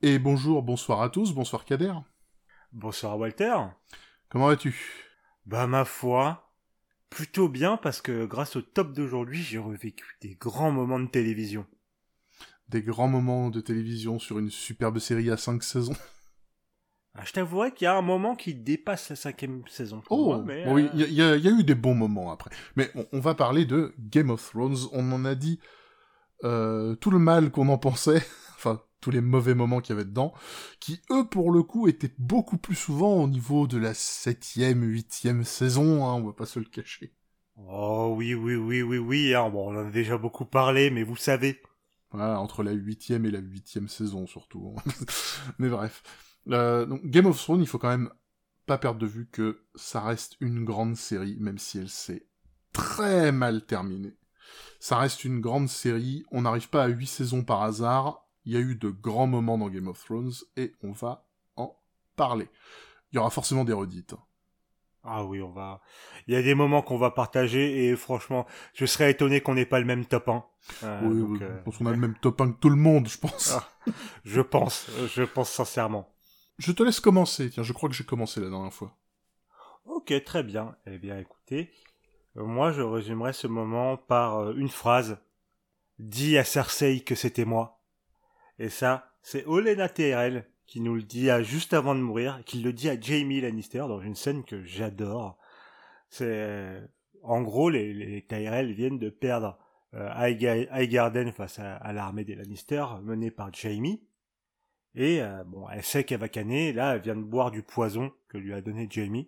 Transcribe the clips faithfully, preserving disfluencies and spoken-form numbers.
Et bonjour, bonsoir à tous, bonsoir Kader. Bonsoir Walter. Comment vas-tu? Bah ma foi, plutôt bien parce que grâce au top d'aujourd'hui, j'ai revécu des grands moments de télévision. Des grands moments de télévision sur une superbe série à cinq saisons. Ah, je t'avouerai qu'il y a un moment qui dépasse la cinquième saison pour moi, Oh, mais... bon, oui, Euh... il y, y, y a eu des bons moments après. Mais on, on va parler de Game of Thrones. On en a dit euh, tout le mal qu'on en pensait, enfin tous les mauvais moments qu'il y avait dedans, qui eux pour le coup étaient beaucoup plus souvent au niveau de la septième, huitième saison, hein, on va pas se le cacher. Oh oui, oui, oui, oui, oui, hein. Bon, on en a déjà beaucoup parlé, mais vous savez... Voilà, entre la huitième et la huitième saison surtout. Mais bref. Euh, donc Game of Thrones, il faut quand même pas perdre de vue que ça reste une grande série, même si elle s'est très mal terminée. Ça reste une grande série, on n'arrive pas à huit saisons par hasard, il y a eu de grands moments dans Game of Thrones, et on va en parler. Il y aura forcément des redites. Ah oui, on va... Il y a des moments qu'on va partager, et franchement, je serais étonné qu'on n'ait pas le même top un. Euh, Oui, oui, donc, je euh... pense qu'on a le même top un que tout le monde, je pense. ah, je pense, je pense sincèrement. Je te laisse commencer, tiens, je crois que j'ai commencé la dernière fois. Ok, très bien. Eh bien, écoutez, euh, moi, je résumerai ce moment par euh, une phrase. Dis à Cersei que c'était moi. Et ça, c'est Olenna Tyrell qui nous le dit à, juste avant de mourir, qui le dit à Jaime Lannister dans une scène que j'adore. C'est, euh, en gros, les, les Tyrell viennent de perdre euh, Highga- Highgarden face à, à l'armée des Lannister menée par Jaime. Et euh, bon, elle sait qu'elle va canner. Là, elle vient de boire du poison que lui a donné Jaime.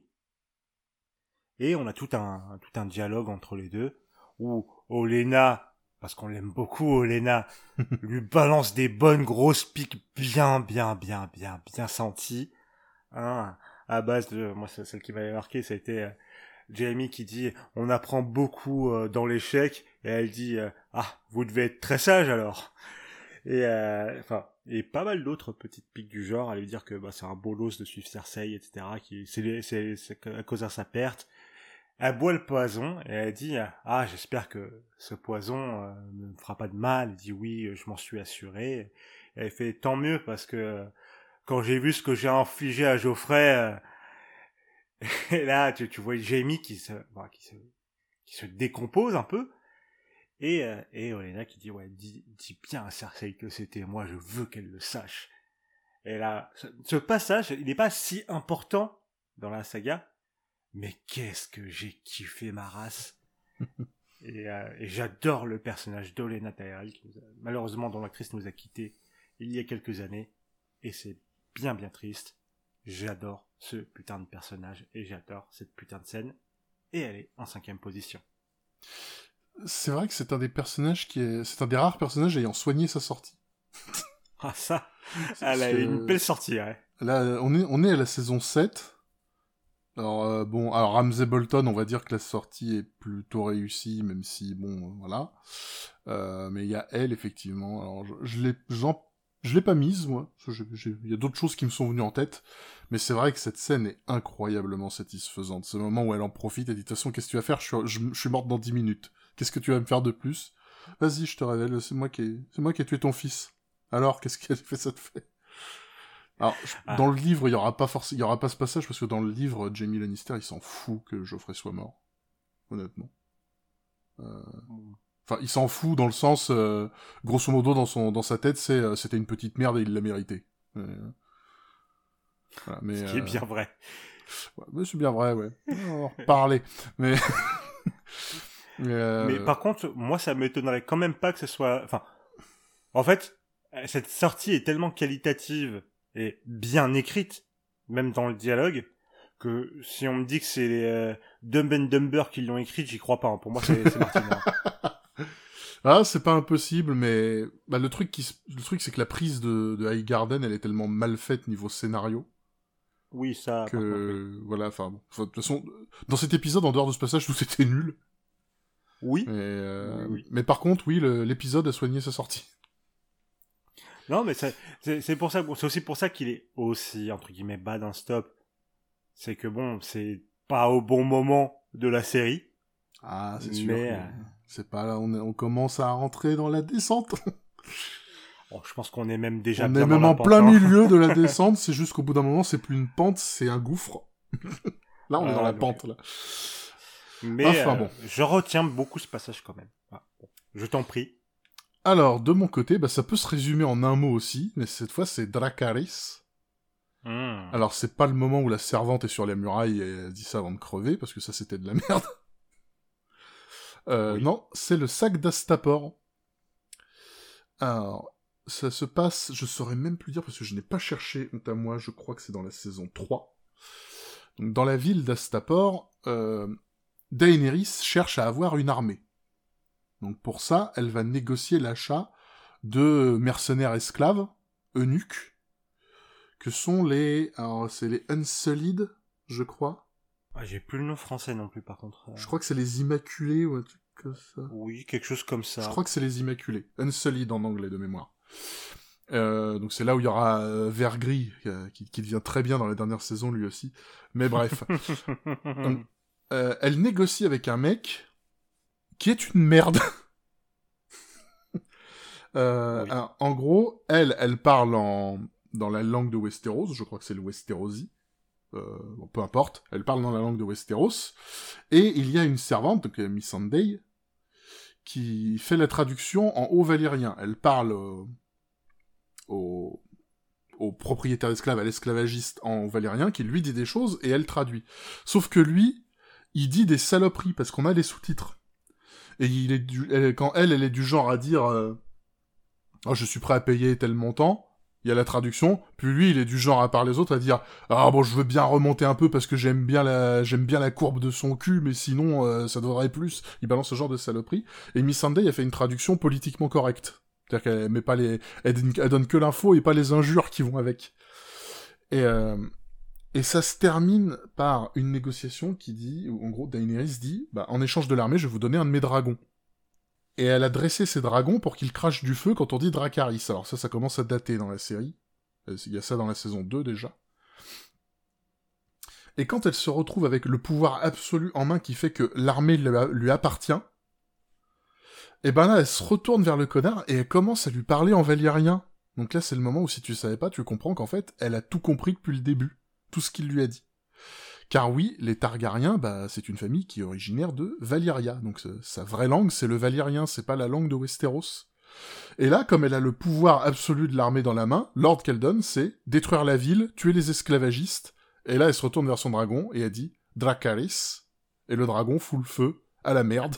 Et on a tout un, tout un dialogue entre les deux, où Olenna, parce qu'on l'aime beaucoup, Olenna, lui balance des bonnes grosses piques bien, bien, bien, bien, bien senties. Hein, à base de, moi, c'est celle qui m'avait marqué, ça a été euh, Jamie qui dit, on apprend beaucoup euh, dans l'échec, et elle dit, euh, ah, vous devez être très sage alors. Et euh, enfin, et pas mal d'autres petites piques du genre, elle lui dire que bah, c'est un bolos de suivre Cersei, et cetera, qui, c'est, c'est, c'est à cause de sa perte. Elle boit le poison et elle dit ah j'espère que ce poison euh, ne me fera pas de mal. Elle dit oui je m'en suis assuré. Et elle fait tant mieux parce que euh, quand j'ai vu ce que j'ai infligé à Geoffrey euh, et là tu, tu vois Jamie qui se, bah, qui se qui se décompose un peu et euh, et Olenna qui dit ouais dis, dis bien à Cersei que c'était moi, je veux qu'elle le sache. Et là ce, ce passage il n'est pas si important dans la saga. Mais qu'est-ce que j'ai kiffé ma race. Et, euh, et j'adore le personnage d'Olenna Tyrell, qui nous a, malheureusement dont l'actrice nous a quittés il y a quelques années. Et c'est bien bien triste. J'adore ce putain de personnage et j'adore cette putain de scène. Et elle est en cinquième position. C'est vrai que c'est un des personnages qui est... C'est un des rares personnages ayant soigné sa sortie. Ah ça, elle Parce a eu une que... belle sortie, ouais. Là, on est, on est à la saison sept. Alors, euh, bon, alors Ramsay Bolton, on va dire que la sortie est plutôt réussie, même si, bon, euh, voilà. Euh, mais il y a elle, effectivement. Alors, je, je l'ai, j'en, je l'ai pas mise, moi. Il y a d'autres choses qui me sont venues en tête. Mais c'est vrai que cette scène est incroyablement satisfaisante. Ce moment où elle en profite et dit, de toute façon, qu'est-ce que tu vas faire? je suis, je, je suis morte dans dix minutes. Qu'est-ce que tu vas me faire de plus? Vas-y, je te révèle, c'est moi qui ai, c'est moi qui ai tué ton fils. Alors, qu'est-ce qu'elle fait, ça te fait? Alors, je, Ah, dans le livre, il y aura pas forcément, il y aura pas ce passage parce que dans le livre, Jaime Lannister, il s'en fout que Geoffrey soit mort, honnêtement. Euh... Enfin, il s'en fout dans le sens, euh, grosso modo, dans son, dans sa tête, c'est, euh, c'était une petite merde et il l'a mérité. Euh... Voilà, mais, ce qui est euh... bien vrai. ouais, mais c'est bien vrai, ouais. On va en reparler. Mais, mais, Mais euh... par contre, moi ça m'étonnerait quand même pas que ce soit... Enfin, en fait, cette sortie est tellement qualitative et bien écrite, même dans le dialogue, que si on me dit que c'est les euh, Dumb and Dumber qui l'ont écrite, j'y crois pas. Hein. Pour moi, c'est, c'est Martin. Hein. ah, c'est pas impossible, mais bah, le truc, qui, le truc, c'est que la prise de, de Highgarden, elle est tellement mal faite niveau scénario. Oui, ça, par contre, oui. Que voilà, enfin bon, de toute façon, dans cet épisode, en dehors de ce passage, tout était nul. Oui. Mais, euh, Oui, oui. mais par contre, oui, le, l'épisode a soigné sa sortie. Non, mais c'est, c'est, c'est pour ça, c'est aussi pour ça qu'il est aussi entre guillemets bad un stop. C'est que bon, c'est pas au bon moment de la série. Ah, c'est sûr Mais que euh, c'est pas là, on, est, on commence à rentrer dans la descente. Oh, je pense qu'on est même déjà On bien est dans même la en pente, plein hein. milieu de la descente, c'est juste qu'au bout d'un moment, c'est plus une pente, c'est un gouffre. Là, on est Ah, dans la donc- pente, là. Mais Enfin euh, bon. je retiens beaucoup ce passage quand même. Ah, bon. Je t'en prie. Alors, de mon côté, bah, ça peut se résumer en un mot aussi, mais cette fois, c'est Dracarys. Hmm. Alors, c'est pas le moment où la servante est sur la muraille et elle dit ça avant de crever, parce que ça, c'était de la merde. Euh, Oui. non, c'est le sac d'Astapor. Alors, ça se passe, je saurais même plus dire, parce que je n'ai pas cherché, honte à moi, je crois que c'est dans la saison trois. Donc, dans la ville d'Astapor, euh, Daenerys cherche à avoir une armée. Donc pour ça, elle va négocier l'achat de mercenaires esclaves, eunuques, que sont les... Alors, c'est les Unsullied, je crois. Ah, j'ai plus le nom français non plus, par contre. Euh, Je crois que c'est les Immaculés ou un truc comme ça. Oui, quelque chose comme Je ça. crois que c'est les Immaculés. Unsullied en anglais, de mémoire. Euh, donc c'est là où il y aura euh, Vergris, euh, qui, qui devient très bien dans la dernière saison, lui aussi. Mais bref. Donc, euh, elle négocie avec un mec qui est une merde. euh, Oui. un- en gros, elle, elle parle en... dans la langue de Westeros, je crois que c'est le Westerosi. Euh, bon, peu importe, elle parle dans la langue de Westeros. Et il y a une servante, donc euh, Miss Sunday, qui fait la traduction en haut valyrien. Elle parle euh, au... au propriétaire d'esclaves, à l'esclavagiste en valyrien, qui lui dit des choses, et elle traduit. Sauf que lui, il dit des saloperies, parce qu'on a les sous-titres. Et il est du... elle, quand elle, elle est du genre à dire euh, oh, je suis prêt à payer tel montant, il y a la traduction, puis lui, il est du genre à part les autres à dire ah bon, je veux bien remonter un peu parce que j'aime bien la j'aime bien la courbe de son cul, mais sinon, euh, ça devrait plus. Il balance ce genre de saloperie. Et Miss Sunday a fait une traduction politiquement correcte. C'est-à-dire qu'elle met pas les... Elle donne, elle donne que l'info et pas les injures qui vont avec. Et... Euh... Et ça se termine par une négociation qui dit, où en gros Daenerys dit, bah, en échange de l'armée, je vais vous donner un de mes dragons. Et elle a dressé ses dragons pour qu'ils crachent du feu quand on dit Dracarys. Alors ça, ça commence à dater dans la série. Il y a ça dans la saison deux déjà. Et quand elle se retrouve avec le pouvoir absolu en main qui fait que l'armée lui appartient, et ben là, elle se retourne vers le connard et elle commence à lui parler en valyrien. Donc là, c'est le moment où si tu savais pas, tu comprends qu'en fait, elle a tout compris depuis le début. Tout ce qu'il lui a dit. Car oui, les Targaryens, bah, c'est une famille qui est originaire de Valyria. Donc sa vraie langue, c'est le valyrien, c'est pas la langue de Westeros. Et là, comme elle a le pouvoir absolu de l'armée dans la main, l'ordre qu'elle donne, c'est détruire la ville, tuer les esclavagistes. Et là, elle se retourne vers son dragon et elle dit Dracarys. Et le dragon fout le feu à la merde.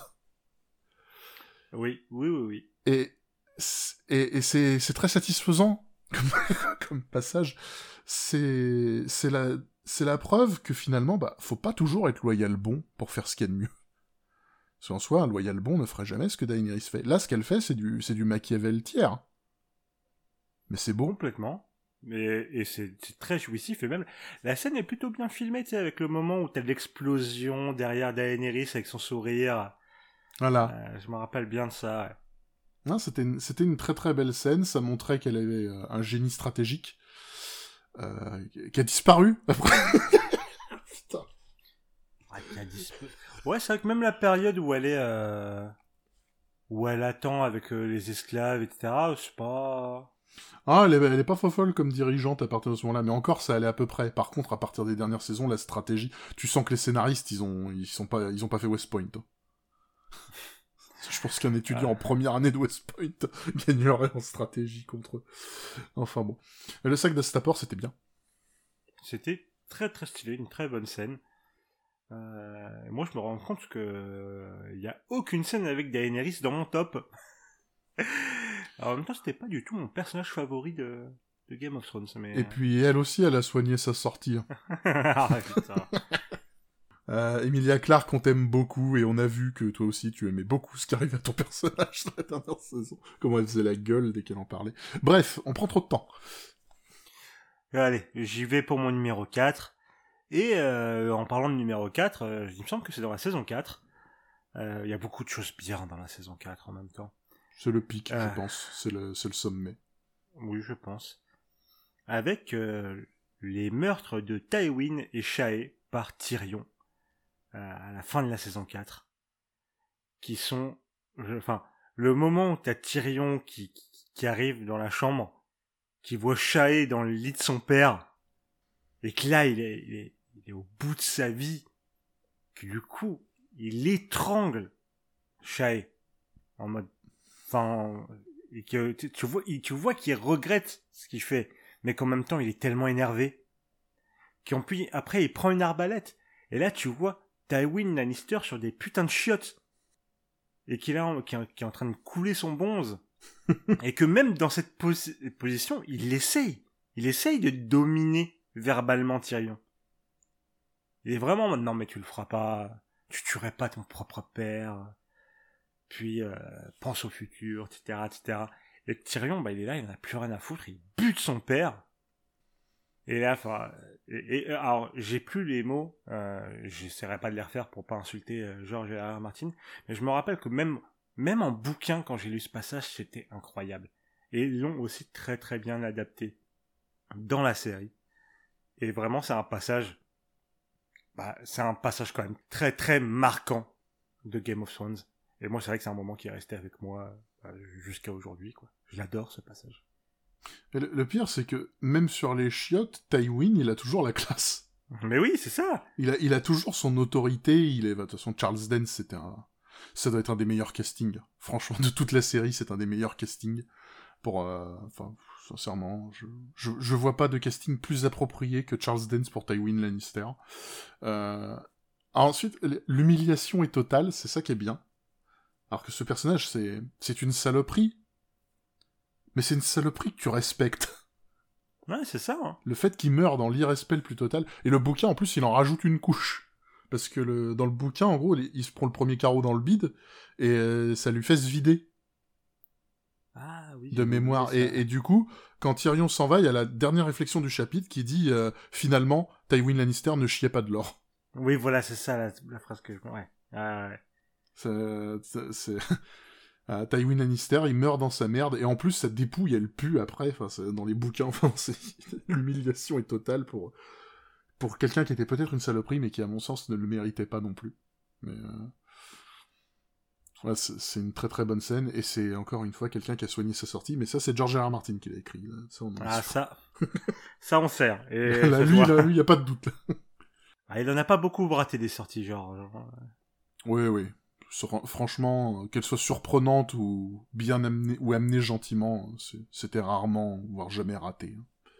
Oui, oui, oui, oui. Et, et, et c'est, c'est très satisfaisant comme, comme passage. C'est, c'est la, c'est la preuve que finalement, bah, faut pas toujours être loyal bon pour faire ce qu'il y a de mieux. Parce qu'en soi, un loyal bon ne ferait jamais ce que Daenerys fait. Là, ce qu'elle fait, c'est du, c'est du Machiavel tiers. Mais c'est beau. Complètement. Et, et c'est, c'est très jouissif. Et même, la scène est plutôt bien filmée, tu sais, avec le moment où t'as l'explosion derrière Daenerys avec son sourire. Voilà. Euh, je me rappelle bien de ça. Ouais. Non, c'était une, c'était une très très belle scène. Ça montrait qu'elle avait euh, un génie stratégique. Euh, qui a disparu après. Putain. Ouais, qui a disparu. Ouais, c'est vrai que même la période où elle est, euh... où elle attend avec euh, les esclaves, et cetera, c'est pas... Ah, elle est, elle est pas folle comme dirigeante à partir de ce moment-là, mais encore ça allait à peu près. Par contre, à partir des dernières saisons, la stratégie, tu sens que les scénaristes, ils ont, ils sont pas, ils ont pas fait West Point. Hein. Je pense qu'un étudiant Ah. en première année de West Point gagnerait en stratégie contre eux. Enfin bon. Mais le sac d'Astapor, c'était bien. C'était très très stylé, une très bonne scène. Euh, moi, je me rends compte que il y a aucune scène avec Daenerys dans mon top. Alors, en même temps, c'était pas du tout mon personnage favori de, de Game of Thrones. Mais... Et puis elle aussi, elle a soigné sa sortie. ah, putain. Euh, Emilia Clarke, on t'aime beaucoup, et on a vu que toi aussi, tu aimais beaucoup ce qui arrivait à ton personnage dans la dernière saison. Comment elle faisait la gueule dès qu'elle en parlait. Bref, on prend trop de temps. Allez, j'y vais pour mon numéro quatre. Et euh, en parlant de numéro quatre, euh, il me semble que c'est dans la saison quatre. Il euh, y a beaucoup de choses bien dans la saison quatre en même temps. C'est le pic, euh... je pense. C'est le, c'est le sommet. Oui, je pense. Avec euh, les meurtres de Tywin et Shae par Tyrion euh, à la fin de la saison quatre. Qui sont... Enfin, le moment où t'as Tyrion qui, qui, qui arrive dans la chambre, qui voit Shae dans le lit de son père, et que là, il est, il est, il est au bout de sa vie, que du coup, il étrangle Shae, en mode, enfin, et que tu, tu vois, tu vois qu'il regrette ce qu'il fait, mais qu'en même temps, il est tellement énervé, qu'en plus, après, il prend une arbalète, et là, tu vois Tywin Lannister sur des putains de chiottes, et qu'il est, qui est en train de couler son bonze, et que même dans cette pos- position, il essaye, il essaye de dominer verbalement Tyrion. Il est vraiment, non mais tu le feras pas, tu tuerais pas ton propre père, puis euh, pense au futur, et cetera, et cetera. Et Tyrion, bah il est là, il en a plus rien à foutre, il bute son père. Et là, enfin, et, et, alors j'ai plus les mots, euh, j'essaierai pas de les refaire pour pas insulter euh, George R R. Martin, mais je me rappelle que même même en bouquin, quand j'ai lu ce passage, c'était incroyable. Et ils l'ont aussi très très bien adapté dans la série. Et vraiment, c'est un passage, bah, c'est un passage quand même très très marquant de Game of Thrones. Et moi, c'est vrai que c'est un moment qui est resté avec moi bah, jusqu'à aujourd'hui, quoi. J'adore ce passage. Et le, le pire, c'est que même sur les chiottes, Tywin, il a toujours la classe. Mais oui, c'est ça. Il a, il a toujours son autorité. Il est, bah, de toute façon, Charles Dance, c'était un, ça doit être un des meilleurs castings. Franchement, de toute la série, c'est un des meilleurs castings. Pour, euh, enfin, sincèrement, je, je, je vois pas de casting plus approprié que Charles Dance pour Tywin Lannister. Euh, ensuite, l'humiliation est totale, c'est ça qui est bien. Alors que ce personnage, c'est, c'est une saloperie. Mais c'est une saloperie que tu respectes. Ouais, c'est ça. Hein. Le fait qu'il meure dans l'irrespect le plus total. Et le bouquin, en plus, il en rajoute une couche. Parce que le, dans le bouquin, en gros, il, il se prend le premier carreau dans le bide, et euh, ça lui fait se vider. Ah, oui, De mémoire. Et, et du coup, quand Tyrion s'en va, il y a la dernière réflexion du chapitre qui dit euh, finalement, Tywin Lannister ne chiait pas de l'or. Oui, voilà, c'est ça la, la phrase que je... Ouais. Ah, ouais. C'est... c'est, c'est... Uh, Tywin Lannister, il meurt dans sa merde, et en plus, sa dépouille, elle pue après, enfin, c'est dans les bouquins, enfin, c'est... l'humiliation est totale pour, pour quelqu'un qui était peut-être une saloperie, mais qui, à mon sens, ne le méritait pas non plus. Mais, euh... ouais, c'est, c'est une très très bonne scène, et c'est, encore une fois, quelqu'un qui a soigné sa sortie, mais ça, c'est George R R. Martin qui l'a écrit, là. Ça, on en Ah, sûr. ça... ça, on sert. Et là, lui, là, lui, y a pas de doute, là. Ah, il en a pas beaucoup raté des sorties, genre... genre... Oui, oui. Franchement, qu'elle soit surprenante ou bien amenée, ou amenée gentiment, c'était rarement, voire jamais raté.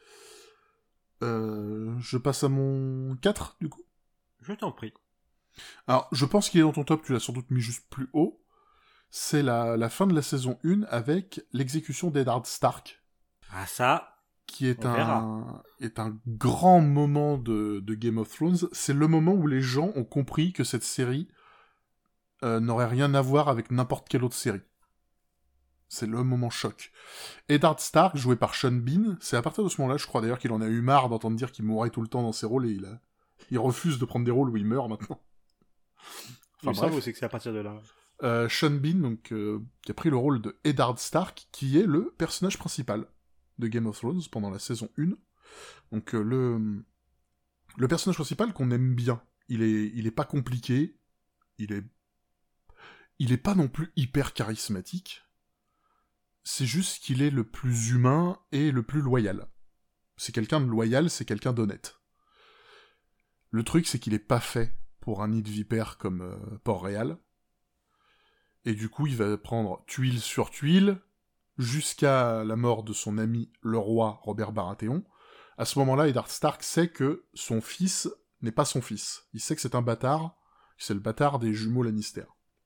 Euh, je passe à mon quatre, du coup. Je t'en prie. Alors, je pense qu'il est dans ton top, tu l'as sans doute mis juste plus haut. C'est la, la fin de la saison un avec l'exécution d'Eddard Stark. Ah, ça... Qui est un, est un grand moment de, de Game of Thrones. C'est le moment où les gens ont compris que cette série Euh, n'aurait rien à voir avec n'importe quelle autre série. C'est le moment choc. Eddard Stark, joué par Sean Bean, c'est à partir de ce moment-là, je crois d'ailleurs qu'il en a eu marre d'entendre dire qu'il mourrait tout le temps dans ses rôles, et il, a... il refuse de prendre des rôles où il meurt maintenant. Enfin, bref. Ça, c'est que c'est à partir de là. Euh, Sean Bean, donc, euh, qui a pris le rôle de Eddard Stark, qui est le personnage principal de Game of Thrones pendant la saison un. Donc, euh, le... le personnage principal qu'on aime bien. Il est, il est pas compliqué, il est Il est pas non plus hyper charismatique, c'est juste qu'il est le plus humain et le plus loyal. C'est quelqu'un de loyal, c'est quelqu'un d'honnête. Le truc, c'est qu'il est pas fait pour un nid de vipère comme euh, Port-Réal, et du coup, il va prendre tuile sur tuile, jusqu'à la mort de son ami le roi Robert Baratheon. À ce moment-là, Eddard Stark sait que son fils n'est pas son fils. Il sait que c'est un bâtard, que c'est le bâtard des jumeaux Lannister.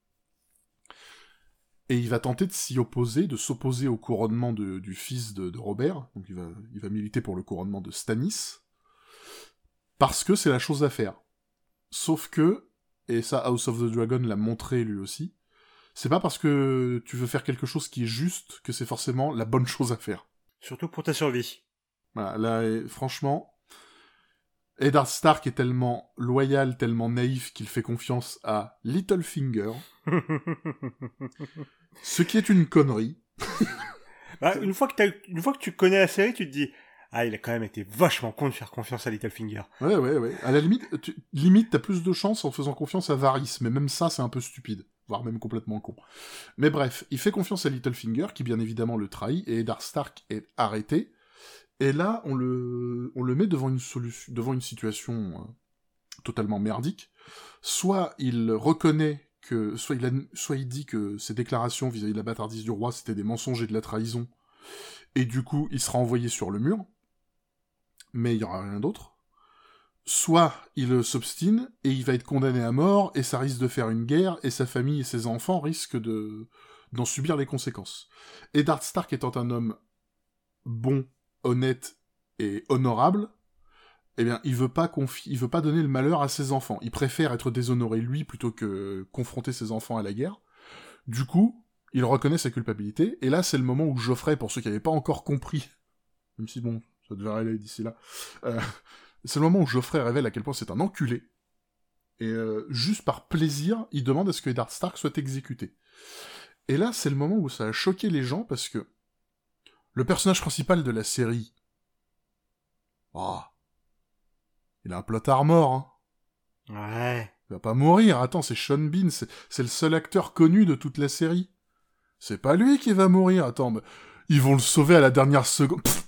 Et il va tenter de s'y opposer, de s'opposer au couronnement de, du fils de, de Robert, donc il va, il va militer pour le couronnement de Stannis, parce que c'est la chose à faire. Sauf que, et ça House of the Dragon l'a montré lui aussi, c'est pas parce que tu veux faire quelque chose qui est juste que c'est forcément la bonne chose à faire. Surtout pour ta survie. Voilà, là, et, franchement, Eddard Stark est tellement loyal, tellement naïf qu'il fait confiance à Littlefinger, ce qui est une connerie. Bah, une fois que t'as, une fois que tu connais la série, tu te dis, ah, il a quand même été vachement con de faire confiance à Littlefinger. Ouais, ouais, ouais. À la limite, tu, limite, t'as plus de chance en faisant confiance à Varys, mais même ça, c'est un peu stupide. voire même complètement con. Mais bref, il fait confiance à Littlefinger, qui bien évidemment le trahit, et Eddard Stark est arrêté. Et là, on le, on le met devant une, solution, devant une situation euh, totalement merdique. Soit il reconnaît que, soit il, a, soit il dit que ses déclarations vis-à-vis de la bâtardise du roi, c'était des mensonges et de la trahison, et du coup, il sera envoyé sur le mur, mais il n'y aura rien d'autre. Soit il s'obstine, et il va être condamné à mort, et ça risque de faire une guerre, et sa famille et ses enfants risquent de d'en subir les conséquences. Eddard Stark étant un homme bon, honnête et honorable, eh bien, il veut pas confi- il veut pas donner le malheur à ses enfants. Il préfère être déshonoré lui plutôt que confronter ses enfants à la guerre. Du coup, il reconnaît sa culpabilité, et là, c'est le moment où Geoffrey, pour ceux qui n'avaient pas encore compris, même si bon, ça devrait aller d'ici là, euh, c'est le moment où Geoffrey révèle à quel point c'est un enculé, et euh, juste par plaisir, il demande à ce que Eddard Stark soit exécuté. Et là, c'est le moment où ça a choqué les gens, parce que le personnage principal de la série, oh, il a un plot armor, hein. Ouais. Il va pas mourir, attends, c'est Sean Bean, c'est, c'est le seul acteur connu de toute la série. C'est pas lui qui va mourir, attends, mais ils vont le sauver à la dernière seconde. Pff.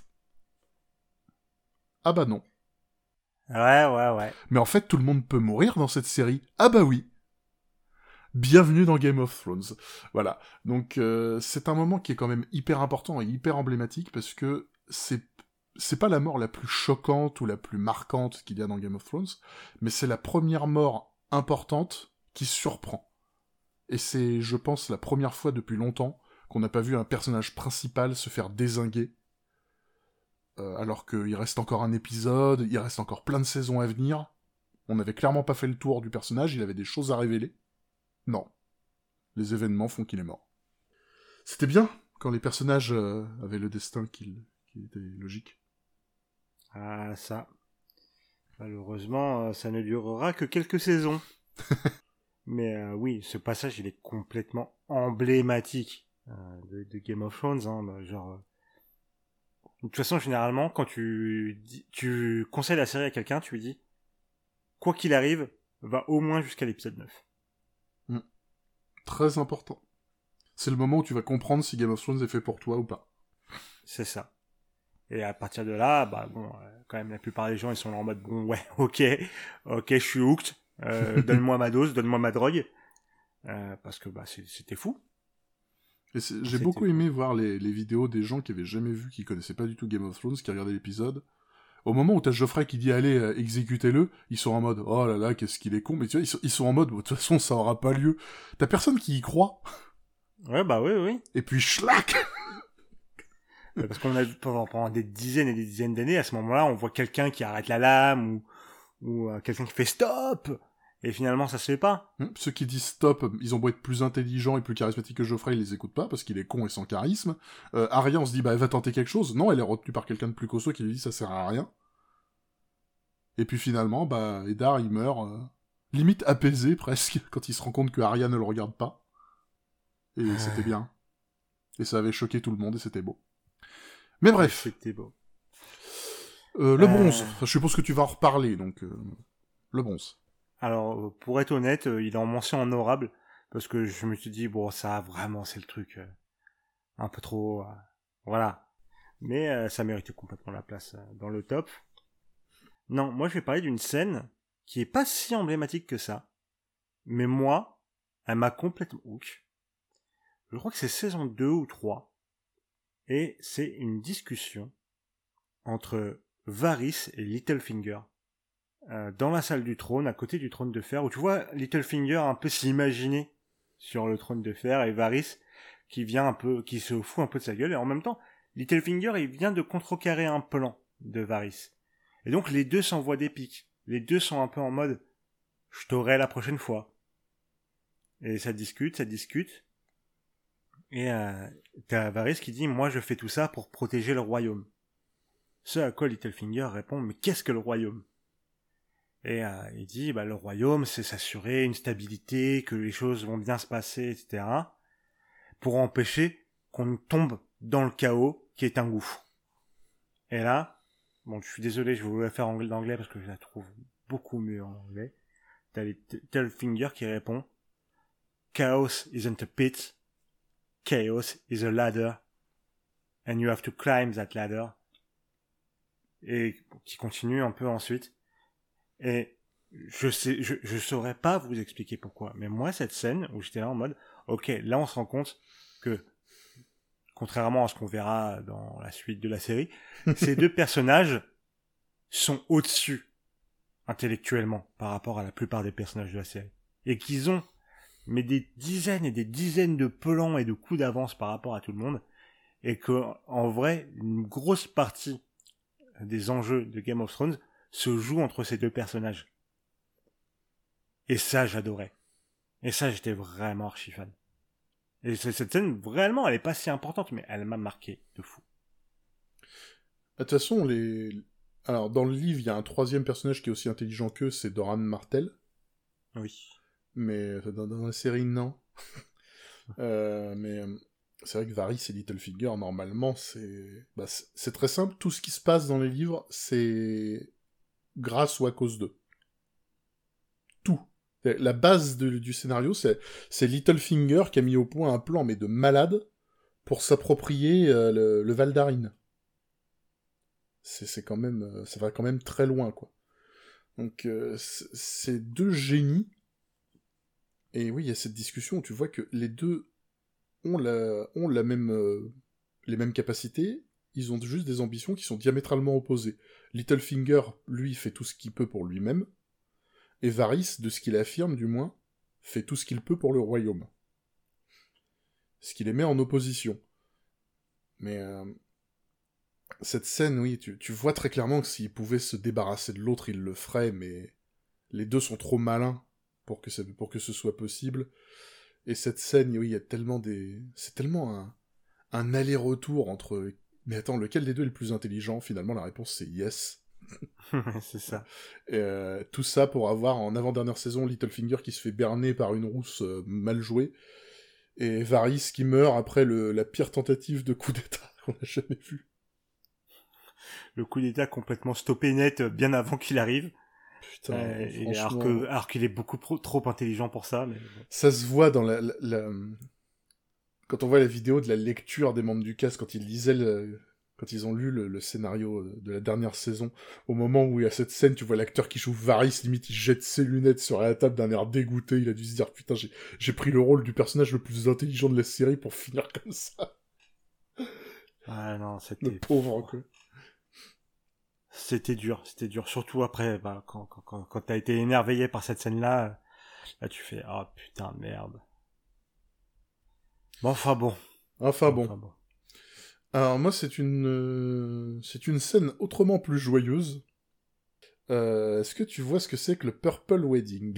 Ah bah non. Ouais, ouais, ouais. Mais en fait, tout le monde peut mourir dans cette série. Ah bah oui. Bienvenue dans Game of Thrones. Voilà. Donc, euh, c'est un moment qui est quand même hyper important et hyper emblématique parce que c'est c'est pas la mort la plus choquante ou la plus marquante qu'il y a dans Game of Thrones, mais c'est la première mort importante qui surprend. Et c'est, je pense, la première fois depuis longtemps qu'on n'a pas vu un personnage principal se faire dézinguer, euh, alors qu'il reste encore un épisode, il reste encore plein de saisons à venir. On n'avait clairement pas fait le tour du personnage, il avait des choses à révéler. Non. Les événements font qu'il est mort. C'était bien quand les personnages euh, avaient le destin qui, qui était logique. Ah, ça. Malheureusement, euh, ça ne durera que quelques saisons. Mais euh, oui, ce passage, il est complètement emblématique euh, de, de Game of Thrones. Hein, bah, genre, euh... de toute façon, généralement, quand tu, dis, tu conseilles la série à quelqu'un, tu lui dis, quoi qu'il arrive, va au moins jusqu'à l'épisode neuf. Mm. Très important. C'est le moment où tu vas comprendre si Game of Thrones est fait pour toi ou pas. C'est ça. Et à partir de là, bah bon, euh, quand même, la plupart des gens, ils sont là en mode, bon, ouais, ok, ok, je suis hooked, euh, donne-moi ma dose, donne-moi ma drogue, euh, parce que bah c'était fou. Et c'est, j'ai beaucoup aimé voir les, les vidéos des gens qui avaient jamais vu, qui connaissaient pas du tout Game of Thrones, qui regardaient l'épisode. Au moment où t'as Geoffrey qui dit allez, euh, exécutez-le, ils sont en mode oh là là, qu'est-ce qu'il est con, mais tu vois, ils sont, ils sont en mode de toute façon ça aura pas lieu. T'as personne qui y croit. Ouais, bah oui, oui. Et puis schlack. Parce qu'on a vu pendant, pendant des dizaines et des dizaines d'années, à ce moment-là, on voit quelqu'un qui arrête la lame ou, ou euh, quelqu'un qui fait stop. Et finalement, ça se fait pas. Hum, ceux qui disent stop, ils ont beau être plus intelligents et plus charismatiques que Geoffrey, ils les écoutent pas parce qu'il est con et sans charisme. Euh, Arya, on se dit bah elle va tenter quelque chose. Non, elle est retenue par quelqu'un de plus costaud qui lui dit ça sert à rien. Et puis finalement, bah Eddard il meurt euh, limite apaisé presque quand il se rend compte que Arya ne le regarde pas. Et c'était bien. Et ça avait choqué tout le monde et c'était beau. Mais bref. C'était beau. Euh, le euh... bronze. Enfin, je suppose que tu vas en reparler, donc euh, le bronze. Alors, pour être honnête, euh, il est en mention honorable parce que je me suis dit bon, ça vraiment c'est le truc euh, un peu trop, euh, voilà. Mais euh, ça méritait complètement la place euh, dans le top. Non, moi je vais parler d'une scène qui est pas si emblématique que ça, mais moi, elle m'a complètement hook. Je crois que c'est saison deux ou trois. Et c'est une discussion entre Varys et Littlefinger euh, dans la salle du trône, à côté du trône de fer, où tu vois Littlefinger un peu s'imaginer sur le trône de fer et Varys qui vient un peu, qui se fout un peu de sa gueule. Et en même temps, Littlefinger, il vient de contrecarrer un plan de Varys. Et donc les deux s'envoient des pics. Les deux sont un peu en mode « je t'aurai la prochaine fois ». Et ça discute, ça discute. Et euh, t'as Varys qui dit « moi je fais tout ça pour protéger le royaume ». Ce à quoi Littlefinger répond « mais qu'est-ce que le royaume ?» Et euh, il dit bah, « le royaume c'est s'assurer une stabilité, que les choses vont bien se passer, et cetera. Pour empêcher qu'on tombe dans le chaos qui est un gouffre. » Et là, bon je suis désolé, je voulais faire en anglais parce que je la trouve beaucoup mieux en anglais. T'as Littlefinger qui répond chaos isn't a pit, chaos is a ladder, and you have to climb that ladder. Et qui continue un peu ensuite. Et je sais, je, je saurais pas vous expliquer pourquoi, mais moi, cette scène où j'étais là en mode, ok, là on se rend compte que, contrairement à ce qu'on verra dans la suite de la série, ces deux personnages sont au-dessus, intellectuellement, par rapport à la plupart des personnages de la série. Et qu'ils ont, mais des dizaines et des dizaines de plans et de coups d'avance par rapport à tout le monde, et que, en vrai, une grosse partie des enjeux de Game of Thrones se joue entre ces deux personnages. Et ça, j'adorais. Et ça, j'étais vraiment archi fan. Et cette scène, vraiment, elle est pas si importante, mais elle m'a marqué de fou. De toute façon, les... Alors, dans le livre, il y a un troisième personnage qui est aussi intelligent qu'eux, c'est Doran Martell. Oui. Mais dans, dans la série, non. euh, mais c'est vrai que Varys et Littlefinger, normalement, c'est... Bah, c'est... c'est très simple. Tout ce qui se passe dans les livres, c'est grâce ou à cause d'eux. Tout. La base de, du scénario, c'est, c'est Littlefinger qui a mis au point un plan, mais de malade, pour s'approprier euh, le, le Val d'Arin. C'est, c'est quand même, euh, ça va quand même très loin, quoi. Donc, euh, c'est, c'est deux génies. Et oui, il y a cette discussion où tu vois que les deux ont la, ont la même, euh, les mêmes capacités. Ils ont juste des ambitions qui sont diamétralement opposées. Littlefinger, lui, fait tout ce qu'il peut pour lui-même. Et Varys, de ce qu'il affirme du moins, fait tout ce qu'il peut pour le royaume. Ce qui les met en opposition. Mais euh, cette scène, oui, tu, tu vois très clairement que s'il pouvait se débarrasser de l'autre, il le ferait, mais les deux sont trop malins pour que, ça, pour que ce soit possible. Et cette scène, oui, il y a tellement des... C'est tellement un, un aller-retour entre... Mais attends, lequel des deux est le plus intelligent ? Finalement, la réponse, c'est yes. C'est ça. Et euh, tout ça pour avoir en avant-dernière saison Littlefinger qui se fait berner par une rousse euh, mal jouée et Varys qui meurt après le, la pire tentative de coup d'état qu'on a jamais vu. Le coup d'état complètement stoppé net bien avant qu'il arrive. Putain, euh, franchement... alors, que, alors qu'il est beaucoup pro, trop intelligent pour ça. Mais... Ça se voit dans la, la, la... Quand on voit la vidéo de la lecture des membres du cast, quand ils lisaient le... Quand ils ont lu le, le scénario de la dernière saison, au moment où il y a cette scène, tu vois l'acteur qui joue Varys, limite il jette ses lunettes sur la table d'un air dégoûté, il a dû se dire putain j'ai, j'ai pris le rôle du personnage le plus intelligent de la série pour finir comme ça. Ah non, c'était... Le pauvre, quoi. C'était dur, c'était dur. Surtout après, bah, quand, quand, quand, quand t'as été émerveillé par cette scène-là, là tu fais, oh putain, merde. Bon, enfin bon. Enfin bon. Enfin, bon. Alors moi c'est une euh, c'est une scène autrement plus joyeuse. Euh, est-ce que tu vois ce que c'est que le Purple Wedding?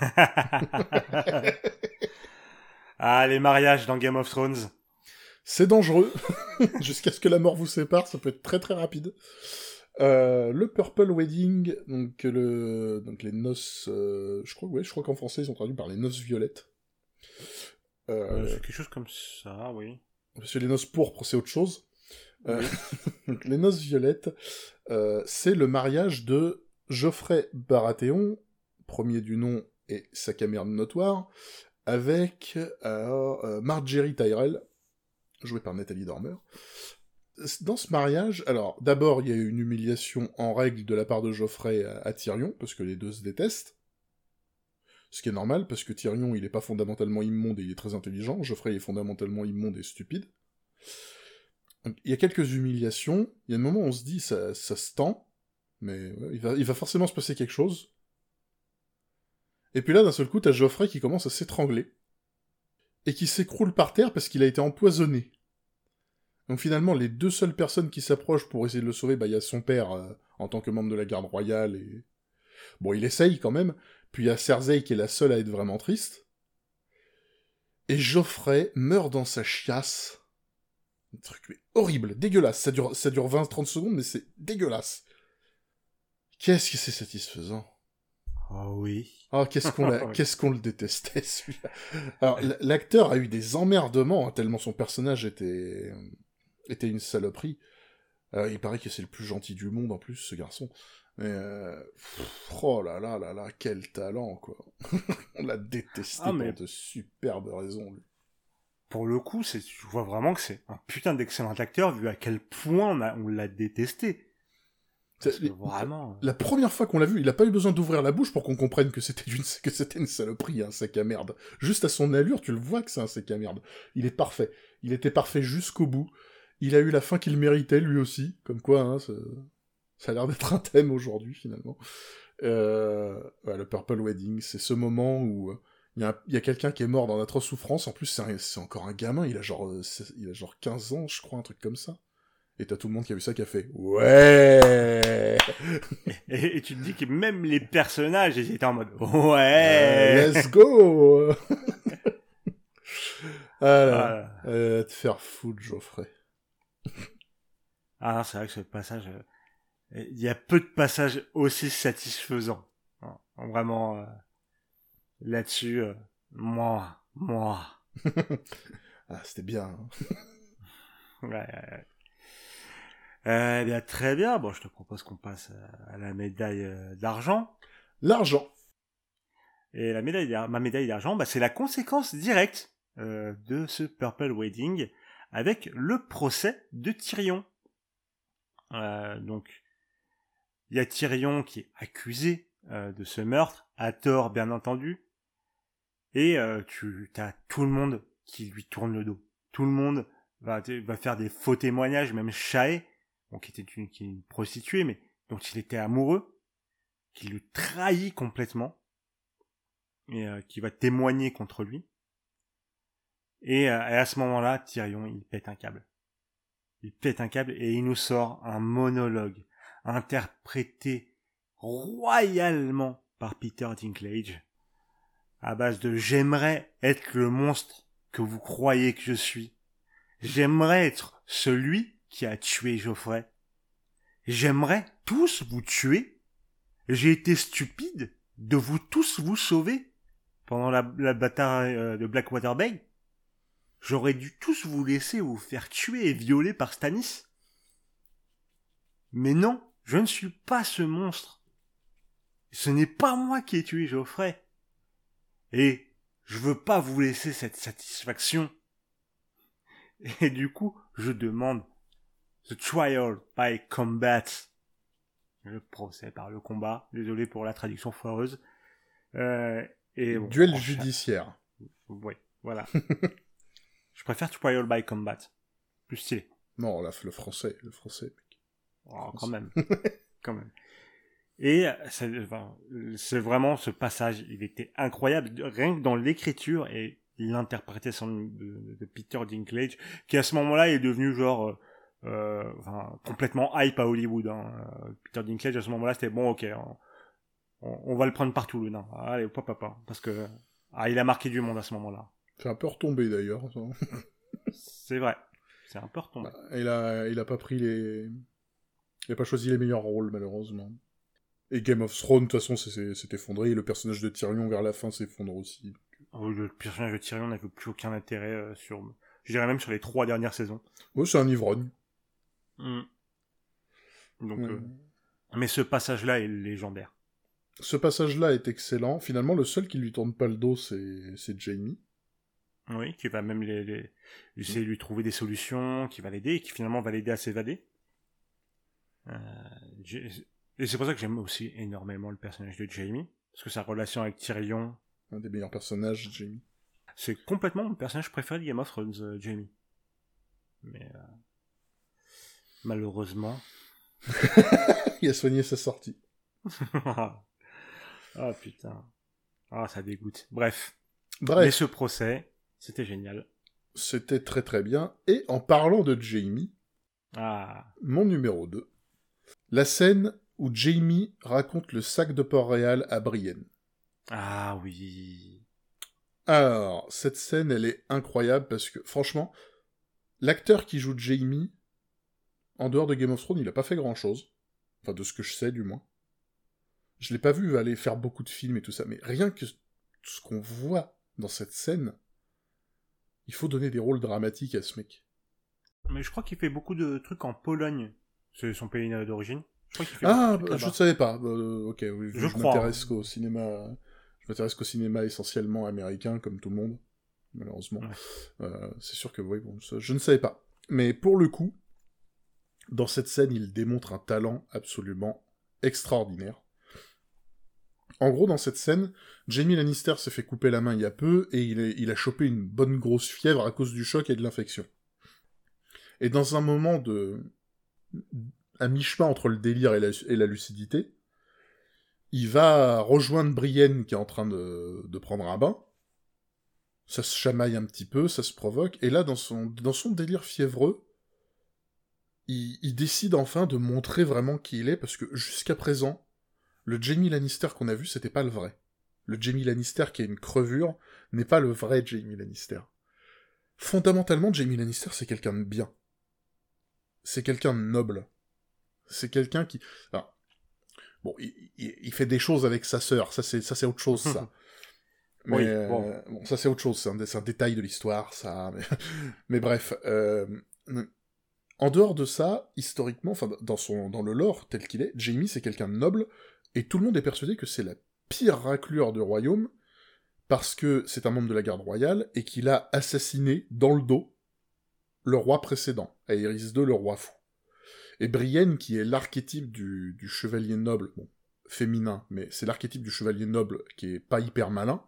Ah, les mariages dans Game of Thrones. C'est dangereux. Jusqu'à ce que la mort vous sépare, ça peut être très très rapide. Euh, le Purple Wedding, donc le donc les noces, euh, je crois ouais, je crois qu'en français ils sont traduits par les noces violettes. Euh, euh, c'est quelque chose comme ça, oui. Parce que les noces pourpres, c'est autre chose. Euh, donc, les noces violettes, euh, c'est le mariage de Geoffrey Baratheon, premier du nom et sa caméra notoire, avec alors, euh, Margaery Tyrell, jouée par Nathalie Dormer. Dans ce mariage, alors, d'abord, il y a eu une humiliation en règle de la part de Geoffrey à, à Tyrion, parce que les deux se détestent. Ce qui est normal, parce que Tyrion, il est pas fondamentalement immonde et il est très intelligent. Geoffrey est fondamentalement immonde et stupide. Donc, il y a quelques humiliations. Il y a un moment où on se dit, ça, ça se tend, mais ouais, il, va, il va forcément se passer quelque chose. Et puis là, d'un seul coup, t'as Geoffrey qui commence à s'étrangler. Et qui s'écroule par terre parce qu'il a été empoisonné. Donc finalement, les deux seules personnes qui s'approchent pour essayer de le sauver, bah il y a son père, euh, en tant que membre de la garde royale, et... Bon, il essaye quand même. Puis il y a Cersei qui est la seule à être vraiment triste. Et Geoffrey meurt dans sa chiasse. Un truc mais horrible, dégueulasse. Ça dure, ça dure vingt à trente secondes, mais c'est dégueulasse. Qu'est-ce que c'est satisfaisant. Oh oui. Oh, qu'est-ce qu'on, l'a... qu'est-ce qu'on le détestait, celui-là. Alors, l'acteur a eu des emmerdements, hein, tellement son personnage était, était une saloperie. Euh, il paraît que c'est le plus gentil du monde, en plus, ce garçon. Et euh... pff, oh là là là là, quel talent, quoi. On l'a détesté Ah, mais... pour de superbes raisons, lui. Pour le coup, c'est, je vois vraiment que c'est un putain d'excellent acteur, vu à quel point on, a, on l'a détesté. Parce que vraiment... La première fois qu'on l'a vu, il a pas eu besoin d'ouvrir la bouche pour qu'on comprenne que c'était une, que c'était une saloperie, un sac à merde. Juste à son allure, tu le vois que c'est un sac à merde. Il est parfait. Il était parfait jusqu'au bout. Il a eu la fin qu'il méritait, lui aussi. Comme quoi, hein, ça, ça a l'air d'être un thème aujourd'hui, finalement. Euh... Ouais, le Purple Wedding, c'est ce moment où il y a, y a quelqu'un qui est mort dans d'atroces souffrances. En plus, c'est, un... c'est encore un gamin. Il a genre, il a genre quinze ans, je crois, un truc comme ça. Et t'as tout le monde qui a vu ça qui a fait « Ouais !» et, et tu te dis que même les personnages, ils étaient en mode « Ouais euh, Let's go !» Ah là, voilà. euh, te faire foutre, Geoffrey. Ah non, c'est vrai que ce passage... Euh, il y a peu de passages aussi satisfaisants. Non, vraiment, euh, là-dessus, euh, moi, moi... Ah, c'était bien. Hein. ouais, ouais, ouais. Euh, eh bien, très bien. Bon, je te propose qu'on passe à la médaille euh, d'argent. L'argent. Et la médaille, ma médaille d'argent, bah, c'est la conséquence directe euh, de ce Purple Wedding avec le procès de Tyrion. Euh, donc, il y a Tyrion qui est accusé euh, de ce meurtre, à tort bien entendu, et euh, tu as tout le monde qui lui tourne le dos. Tout le monde va, va faire des faux témoignages, même Shae, bon, qui était une, qui est une prostituée, mais dont il était amoureux, qui le trahit complètement, et euh, qui va témoigner contre lui. Et, euh, et à ce moment-là, Tyrion, il pète un câble. Il pète un câble et il nous sort un monologue interprété royalement par Peter Dinklage, à base de « J'aimerais être le monstre que vous croyez que je suis. J'aimerais être celui qui a tué Geoffrey. J'aimerais tous vous tuer. J'ai été stupide de vous tous vous sauver pendant la, la bataille de Blackwater Bay. J'aurais dû tous vous laisser vous faire tuer et violer par Stannis. Mais non, je ne suis pas ce monstre. Ce n'est pas moi qui ai tué Geoffrey. Et je veux pas vous laisser cette satisfaction. Et du coup, je demande The Trial by Combat. Le procès par le combat. Désolé pour la traduction foireuse. Euh, et bon, Duel judiciaire. Oui, voilà. Je préfère Trial by Combat. Plus stylé. Non, là, le français, le français, mec. Oh, français. Quand même. quand même. Et c'est, enfin, c'est vraiment ce passage, il était incroyable, rien que dans l'écriture et l'interprétation de, de Peter Dinklage, qui à ce moment-là est devenu genre euh, enfin, complètement hype à Hollywood. Hein. Peter Dinklage à ce moment-là, c'était bon, ok, on, on va le prendre partout, le nain. Allez, papa, papa, parce que ah, il a marqué du monde à ce moment-là. C'est un peu retombé d'ailleurs. C'est vrai, c'est un peu retombé. Bah, il a, il a pas pris les, il a pas choisi les meilleurs rôles malheureusement. Et Game of Thrones, de toute façon, c'est, c'est effondré, et le personnage de Tyrion, vers la fin, s'effondre aussi. Oh, le personnage de Tyrion n'avait plus aucun intérêt euh, sur... Je dirais même sur les trois dernières saisons. Ouais, c'est un ivrogne. Mmh. Donc, mmh. Euh... Mais ce passage-là est légendaire. Ce passage-là est excellent. Finalement, le seul qui lui tourne pas le dos, c'est, c'est Jaime. Oui, qui va même les, les... essayer de lui trouver des solutions, qui va l'aider, et qui finalement va l'aider à s'évader. Euh... Et c'est pour ça que j'aime aussi énormément le personnage de Jaime, parce que sa relation avec Tyrion... Un des meilleurs personnages, Jaime. C'est complètement mon personnage préféré de Game of Thrones, euh, Jaime. Mais... Euh... Malheureusement... Il a soigné sa sortie. Ah oh, putain. Ah, oh, ça dégoûte. Bref. Bref. Mais ce procès, c'était génial. C'était très très bien. Et en parlant de Jaime, ah. mon numéro deux, la scène où Jaime raconte le sac de Port-Réal à Brienne. Ah oui. Alors, cette scène, elle est incroyable parce que, franchement, l'acteur qui joue Jaime, en dehors de Game of Thrones, il a pas fait grand-chose. Enfin, de ce que je sais, du moins. Je l'ai pas vu aller faire beaucoup de films et tout ça, mais rien que ce qu'on voit dans cette scène, il faut donner des rôles dramatiques à ce mec. Mais je crois qu'il fait beaucoup de trucs en Pologne. C'est son pays d'origine. Je crois qu'il fait Ah, bah, je ne savais pas. Euh, ok, oui, je, je, je crois. m'intéresse qu'au cinéma. Je m'intéresse qu'au cinéma essentiellement américain, comme tout le monde, malheureusement. Ouais. Euh, c'est sûr que oui, bon, je ne savais pas. Mais pour le coup, dans cette scène, il démontre un talent absolument extraordinaire. En gros, dans cette scène, Jaime Lannister s'est fait couper la main il y a peu, et il, est, il a chopé une bonne grosse fièvre à cause du choc et de l'infection. Et dans un moment de... à mi-chemin entre le délire et la, et la lucidité, il va rejoindre Brienne qui est en train de, de prendre un bain. Ça se chamaille un petit peu, ça se provoque, et là, dans son, dans son délire fiévreux, il, il décide enfin de montrer vraiment qui il est, parce que jusqu'à présent, le Jaime Lannister qu'on a vu, c'était pas le vrai. Le Jaime Lannister qui a une crevure n'est pas le vrai Jaime Lannister. Fondamentalement, Jaime Lannister, c'est quelqu'un de bien. C'est quelqu'un de noble. C'est quelqu'un qui... Alors, bon, il, il, il fait des choses avec sa sœur, ça c'est, ça c'est autre chose, ça. Mais, oui, bon. Euh, bon, ça c'est autre chose, c'est un, c'est un détail de l'histoire, ça. Mais, mais bref, euh, en dehors de ça, historiquement, enfin dans son, dans le lore tel qu'il est, Jaime c'est quelqu'un de noble, et tout le monde est persuadé que c'est la pire raclure du royaume, parce que c'est un membre de la garde royale, et qu'il a assassiné, dans le dos, le roi précédent, Aerys deux, le roi fou. Et Brienne, qui est l'archétype du, du chevalier noble, bon, féminin, mais c'est l'archétype du chevalier noble qui est pas hyper malin.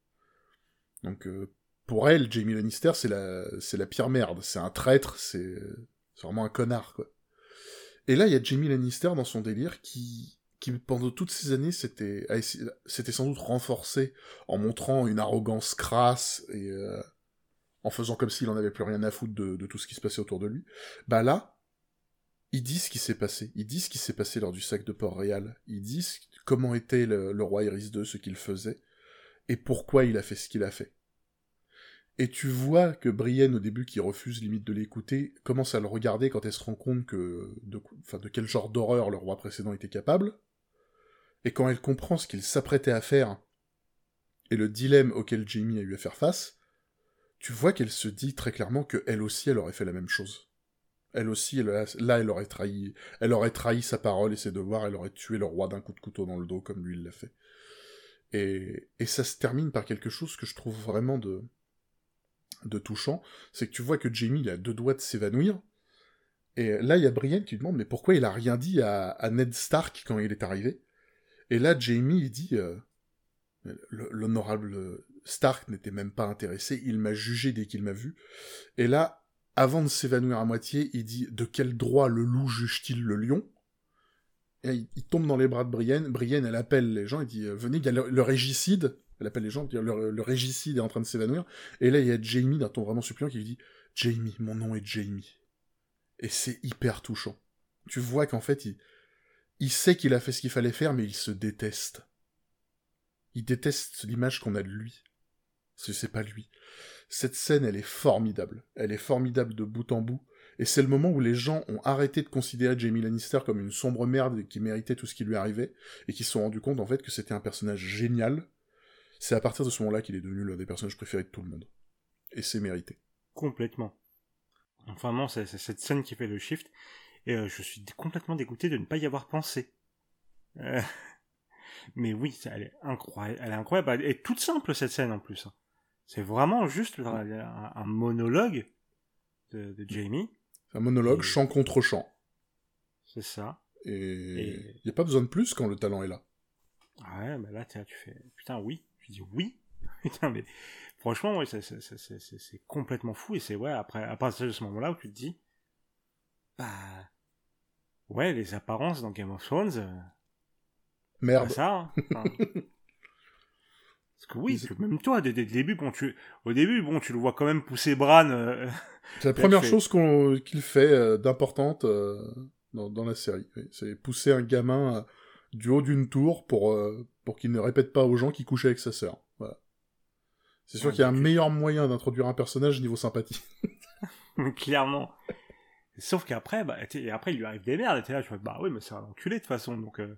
Donc, euh, pour elle, Jaime Lannister, c'est la, c'est la pire merde. C'est un traître, c'est, c'est vraiment un connard, quoi. Et là, il y a Jaime Lannister dans son délire qui, qui pendant toutes ces années, s'était, s'était sans doute renforcé en montrant une arrogance crasse et euh, en faisant comme s'il en avait plus rien à foutre de, de tout ce qui se passait autour de lui. Bah là, ils disent ce qui s'est passé. Ils disent ce qui s'est passé lors du sac de Port-Réal. Ils disent comment était le, le roi Aerys deux, ce qu'il faisait, et pourquoi il a fait ce qu'il a fait. Et tu vois que Brienne, au début, qui refuse limite de l'écouter, commence à le regarder quand elle se rend compte que de, enfin, de quel genre d'horreur le roi précédent était capable, et quand elle comprend ce qu'il s'apprêtait à faire, et le dilemme auquel Jaime a eu à faire face, tu vois qu'elle se dit très clairement que elle aussi, elle aurait fait la même chose. Elle aussi, elle, là, elle aurait trahi, elle aurait trahi sa parole et ses devoirs, elle aurait tué le roi d'un coup de couteau dans le dos, comme lui il l'a fait. Et, et ça se termine par quelque chose que je trouve vraiment de, de touchant, c'est que tu vois que Jaime, il a deux doigts de s'évanouir, et là, il y a Brienne qui lui demande, mais pourquoi il a rien dit à, à Ned Stark quand il est arrivé? Et là, Jaime, il dit, euh, l'honorable Stark n'était même pas intéressé, il m'a jugé dès qu'il m'a vu, et là, avant de s'évanouir à moitié, il dit « De quel droit le loup juge-t-il le lion ?» Et il, il tombe dans les bras de Brienne. Brienne, elle appelle les gens, elle dit « Venez, il y a le, le régicide. » Elle appelle les gens, elle dit le, le régicide est en train de s'évanouir. Et là, il y a Jaime, d'un ton vraiment suppliant, qui lui dit « Jaime, mon nom est Jaime. » Et c'est hyper touchant. Tu vois qu'en fait, il, il sait qu'il a fait ce qu'il fallait faire, mais il se déteste. Il déteste l'image qu'on a de lui. C'est, c'est pas lui. Cette scène, elle est formidable. Elle est formidable de bout en bout. Et c'est le moment où les gens ont arrêté de considérer Jaime Lannister comme une sombre merde qui méritait tout ce qui lui arrivait, et qui se sont rendus compte, en fait, que c'était un personnage génial. C'est à partir de ce moment-là qu'il est devenu l'un des personnages préférés de tout le monde. Et c'est mérité. Complètement. Enfin, non, c'est, c'est cette scène qui fait le shift, et euh, je suis complètement dégoûté de ne pas y avoir pensé. Euh... Mais oui, elle est incroyable. Elle est incroyable. Elle est toute simple, cette scène, en plus. C'est vraiment juste un, un monologue de, de Jaime. C'est un monologue, et... chant contre chant. C'est ça. Et il et... n'y a pas besoin de plus quand le talent est là. Ouais, bah là, tu fais... Putain, oui. Je dis oui. Putain, mais franchement, ouais, c'est, c'est, c'est, c'est, c'est complètement fou. Et c'est, ouais, après, à partir de ce moment-là où tu te dis... Bah... Ouais, les apparences dans Game of Thrones... Euh... Merde. Pas ça, hein. Enfin... Parce que oui, tu, même toi, dès, dès le début, bon, tu, au début, bon, tu le vois quand même pousser Bran. Euh, c'est la première chose qu'on, qu'il fait euh, d'importante euh, dans, dans la série. Oui. C'est pousser un gamin euh, du haut d'une tour pour, euh, pour qu'il ne répète pas aux gens qu'il couchait avec sa sœur. Voilà. C'est sûr ouais, qu'il y a un tu... meilleur moyen d'introduire un personnage niveau sympathie. Clairement. Sauf qu'après, bah, et après, il lui arrive des merdes. Et t'es là, tu fais, bah oui, mais c'est un enculé de toute façon, donc... Euh...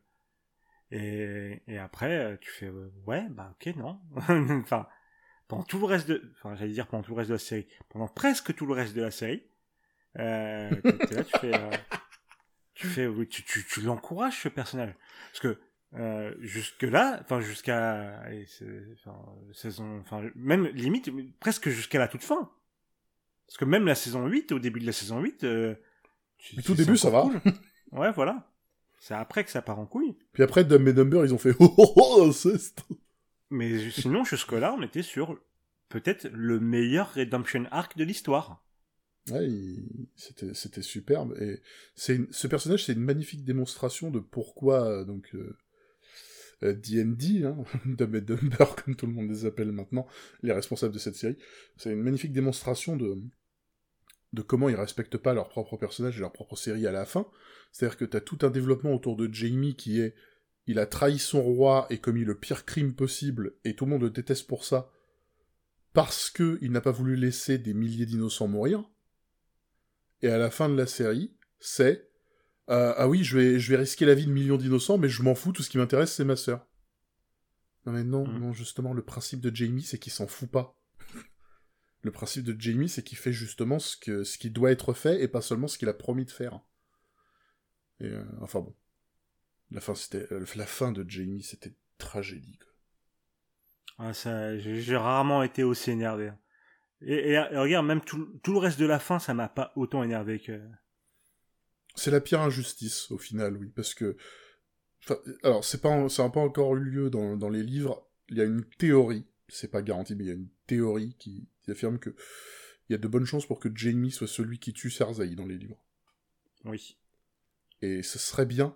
Et, et après, tu fais, euh, ouais, bah ok, non. Enfin, pendant tout le reste de... Enfin, j'allais dire pendant tout le reste de la série. Pendant presque tout le reste de la série, euh, t'es là, tu fais... Euh, tu fais, oui, tu, tu, tu l'encourages ce personnage, parce que euh, jusque là, enfin jusqu'à, allez, enfin saison, enfin même limite presque jusqu'à la toute fin, parce que même la saison huit, au début de la saison huit, euh, tu, Mais tout début ça va. Cool. Ouais, voilà. C'est après que ça part en couille. Puis après Dumb and Dumber, ils ont fait oh oh oh inceste. Mais sinon jusque là, on était sur peut-être le meilleur redemption arc de l'histoire. Ouais, il... c'était, c'était superbe. Et c'est une... ce personnage, c'est une magnifique démonstration de pourquoi, euh, donc, euh, euh, D and D, hein, Dumb and Dumber, comme tout le monde les appelle maintenant, les responsables de cette série, c'est une magnifique démonstration de, de comment ils respectent pas leur propre personnage et leur propre série à la fin. C'est-à-dire que t'as tout un développement autour de Jaime qui est, il a trahi son roi et commis le pire crime possible, et tout le monde le déteste pour ça, parce que il n'a pas voulu laisser des milliers d'innocents mourir. Et à la fin de la série, c'est euh, ah oui, je vais, je vais risquer la vie de millions d'innocents, mais je m'en fous, tout ce qui m'intéresse, c'est ma sœur. Non mais non, mmh. non, justement, le principe de Jaime, c'est qu'il s'en fout pas. Le principe de Jaime, c'est qu'il fait justement ce, que, ce qui doit être fait, et pas seulement ce qu'il a promis de faire. Et euh, enfin bon. La fin, c'était, euh, la fin de Jaime, c'était tragédie, quoi. Ah, ça, j'ai, j'ai rarement été aussi énervé. Et, et, et regarde, même tout, tout le reste de la fin, ça m'a pas autant énervé que... C'est la pire injustice, au final, oui, parce que... Enfin, alors, c'est pas, ça n'a pas encore eu lieu dans, dans les livres, il y a une théorie, c'est pas garanti, mais il y a une théorie qui, qui affirme que il y a de bonnes chances pour que Jaime soit celui qui tue Cersei dans les livres. Oui. Et ce serait bien.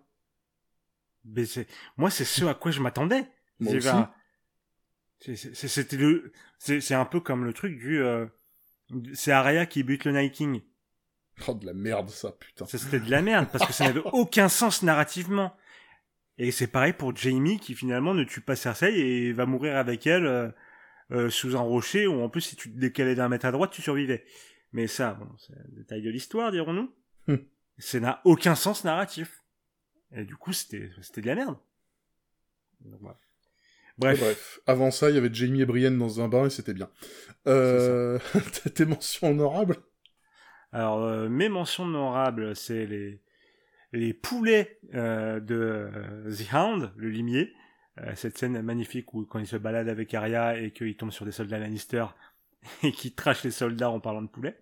Mais c'est... Moi, c'est ce à quoi je m'attendais. Moi c'est aussi. Vers... C'est, c'est, c'était le... c'est, c'est un peu comme le truc du... Euh... C'est Arya qui bute le Night King. Oh, de la merde, ça, putain. Ça, c'était de la merde, parce que ça n'avait aucun sens narrativement. Et c'est pareil pour Jaime, qui finalement ne tue pas Cersei et va mourir avec elle euh, euh, sous un rocher, où en plus, si tu te décalais d'un mètre à droite, tu survivais. Mais ça, bon, c'est un détail de l'histoire, dirons-nous. Hum. Ça n'a aucun sens narratif. Et du coup, c'était, c'était de la merde. Donc, voilà. Bref. Bref. Avant ça, il y avait Jaime et Brienne dans un bain et c'était bien. Euh... Tes mentions honorables? Alors, euh, mes mentions honorables, c'est les, les poulets euh, de euh, The Hound, le limier. Euh, cette scène magnifique où quand il se balade avec Arya et qu'il tombe sur des soldats Lannister et qu'il trash les soldats en parlant de poulets.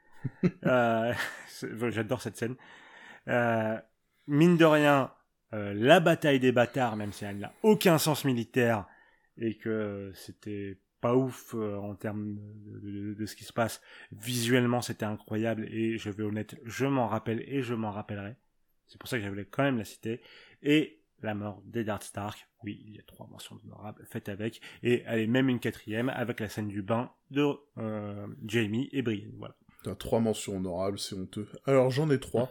euh, j'adore cette scène. Euh, mine de rien, euh, la bataille des bâtards, même si elle n'a aucun sens militaire et que c'était pas ouf euh, en termes de, de, de ce qui se passe, visuellement c'était incroyable et je vais honnête, je m'en rappelle et je m'en rappellerai. C'est pour ça que je voulais quand même la citer. Et la mort d'Eddard Stark, oui, il y a trois mentions honorables faites avec, et elle est même une quatrième avec la scène du bain de euh, Jaime et Brienne, voilà. T'as trois mentions honorables, c'est honteux. Alors j'en ai trois.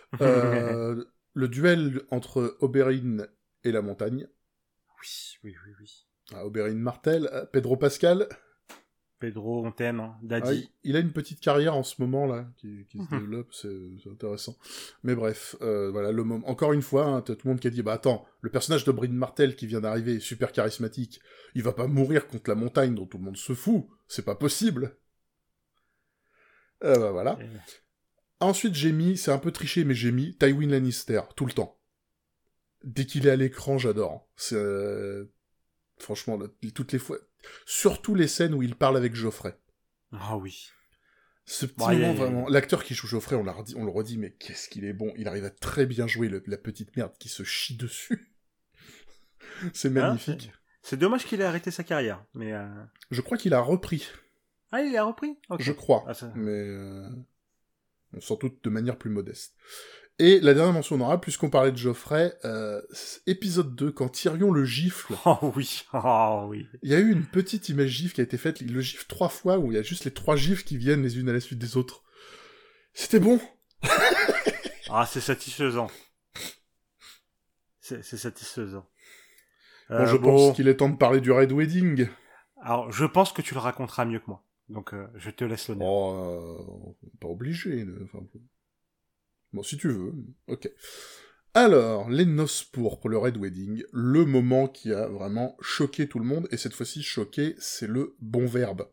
euh, le duel entre Oberyn et la montagne. Oui, oui, oui, oui. Ah, Oberyn Martell, Pedro Pascal. Pedro, on t'aime, hein. Daddy. Ah, il, il a une petite carrière en ce moment là, qui, qui se développe, c'est, c'est intéressant. Mais bref, euh, voilà, le moment. Encore une fois, hein, t'as tout le monde qui a dit, bah attends, le personnage d'Oberyn Martell qui vient d'arriver est super charismatique, il va pas mourir contre la montagne dont tout le monde se fout, c'est pas possible. Euh, bah voilà. Et... Ensuite, j'ai mis, c'est un peu triché, mais j'ai mis Tywin Lannister, tout le temps. Dès qu'il est à l'écran, j'adore. C'est, euh... franchement, là, toutes les fois, surtout les scènes où il parle avec Joffrey. Ah oui. Ce petit bon, moment, vraiment, l'acteur qui joue Joffrey, on, l'a redit, on le redit, mais qu'est-ce qu'il est bon. Il arrive à très bien jouer le, la petite merde qui se chie dessus. C'est magnifique. Ah, c'est... c'est dommage qu'il ait arrêté sa carrière, mais... Euh... Je crois qu'il a repris. Ah, il a repris okay. Je crois, ah, ça... mais euh... on sans doute de manière plus modeste. Et la dernière mention honorable, puisqu'on parlait de Joffrey, euh, épisode deux, quand Tyrion le gifle. Oh oui, oh oui. Il y a eu une petite image gif qui a été faite, il le gifle trois fois, où il y a juste les trois gifs qui viennent les unes à la suite des autres. C'était bon. Ah, c'est satisfaisant. C'est, c'est satisfaisant. Bon, euh, je bon... pense qu'il est temps de parler du Red Wedding. Alors, je pense que tu le raconteras mieux que moi. Donc, euh, je te laisse l'honneur. Oh, euh, pas obligé. De... Enfin, bon, si tu veux. Ok. Alors, les noces pourpres, le Red Wedding, le moment qui a vraiment choqué tout le monde, et cette fois-ci, choqué, c'est le bon verbe.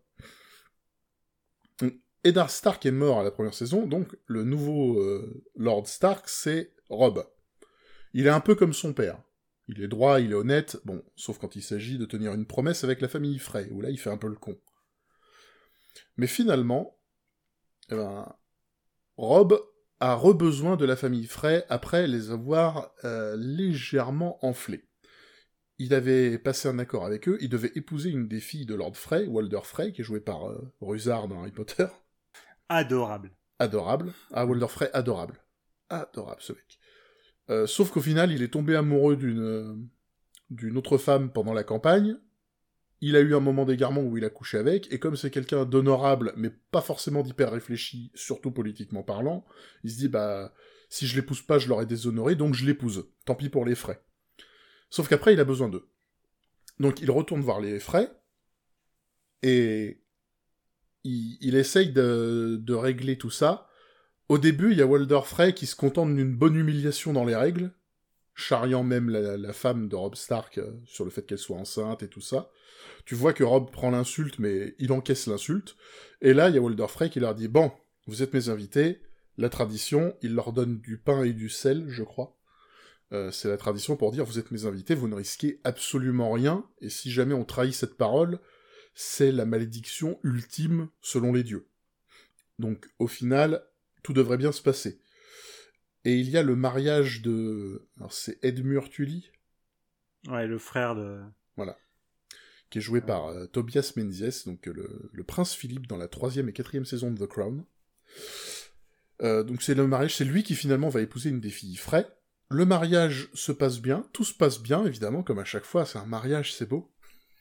Eddard Stark est mort à la première saison, donc le nouveau euh, Lord Stark, c'est Robb. Il est un peu comme son père. Il est droit, il est honnête, bon, sauf quand il s'agit de tenir une promesse avec la famille Frey, où là, il fait un peu le con. Mais finalement, eh ben, Robb a re-besoin de la famille Frey après les avoir euh, légèrement enflés. Il avait passé un accord avec eux, il devait épouser une des filles de Lord Frey, Walder Frey, qui est joué par euh, Rusard dans Harry Potter. Adorable. Adorable. Ah, Walder Frey, adorable. Adorable, ce mec. Euh, sauf qu'au final, il est tombé amoureux d'une euh, d'une autre femme pendant la campagne. Il a eu un moment d'égarement où il a couché avec, et comme c'est quelqu'un d'honorable, mais pas forcément d'hyper réfléchi, surtout politiquement parlant, il se dit, bah, si je l'épouse pas, je l'aurais déshonoré, donc je l'épouse. Tant pis pour les frais. Sauf qu'après, il a besoin d'eux. Donc il retourne voir les Frey, et il, il essaye de, de régler tout ça. Au début, il y a Walder Frey qui se contente d'une bonne humiliation dans les règles, charriant même la, la femme de Robb Stark euh, sur le fait qu'elle soit enceinte et tout ça. Tu vois que Robb prend l'insulte, mais il encaisse l'insulte. Et là, il y a Walder Frey qui leur dit « Bon, vous êtes mes invités, la tradition, il leur donne du pain et du sel, je crois. Euh, c'est la tradition pour dire « Vous êtes mes invités, vous ne risquez absolument rien, et si jamais on trahit cette parole, c'est la malédiction ultime selon les dieux. » Donc, au final, tout devrait bien se passer. Et il y a le mariage de... Alors, c'est Edmure Tully. Ouais, le frère de... Voilà. Qui est joué ouais. par euh, Tobias Menzies, donc euh, le, le prince Philippe dans la troisième et quatrième saison de The Crown. Euh, donc c'est le mariage, c'est lui qui finalement va épouser une des filles Frey. Le mariage se passe bien, tout se passe bien, évidemment, comme à chaque fois, c'est un mariage, c'est beau.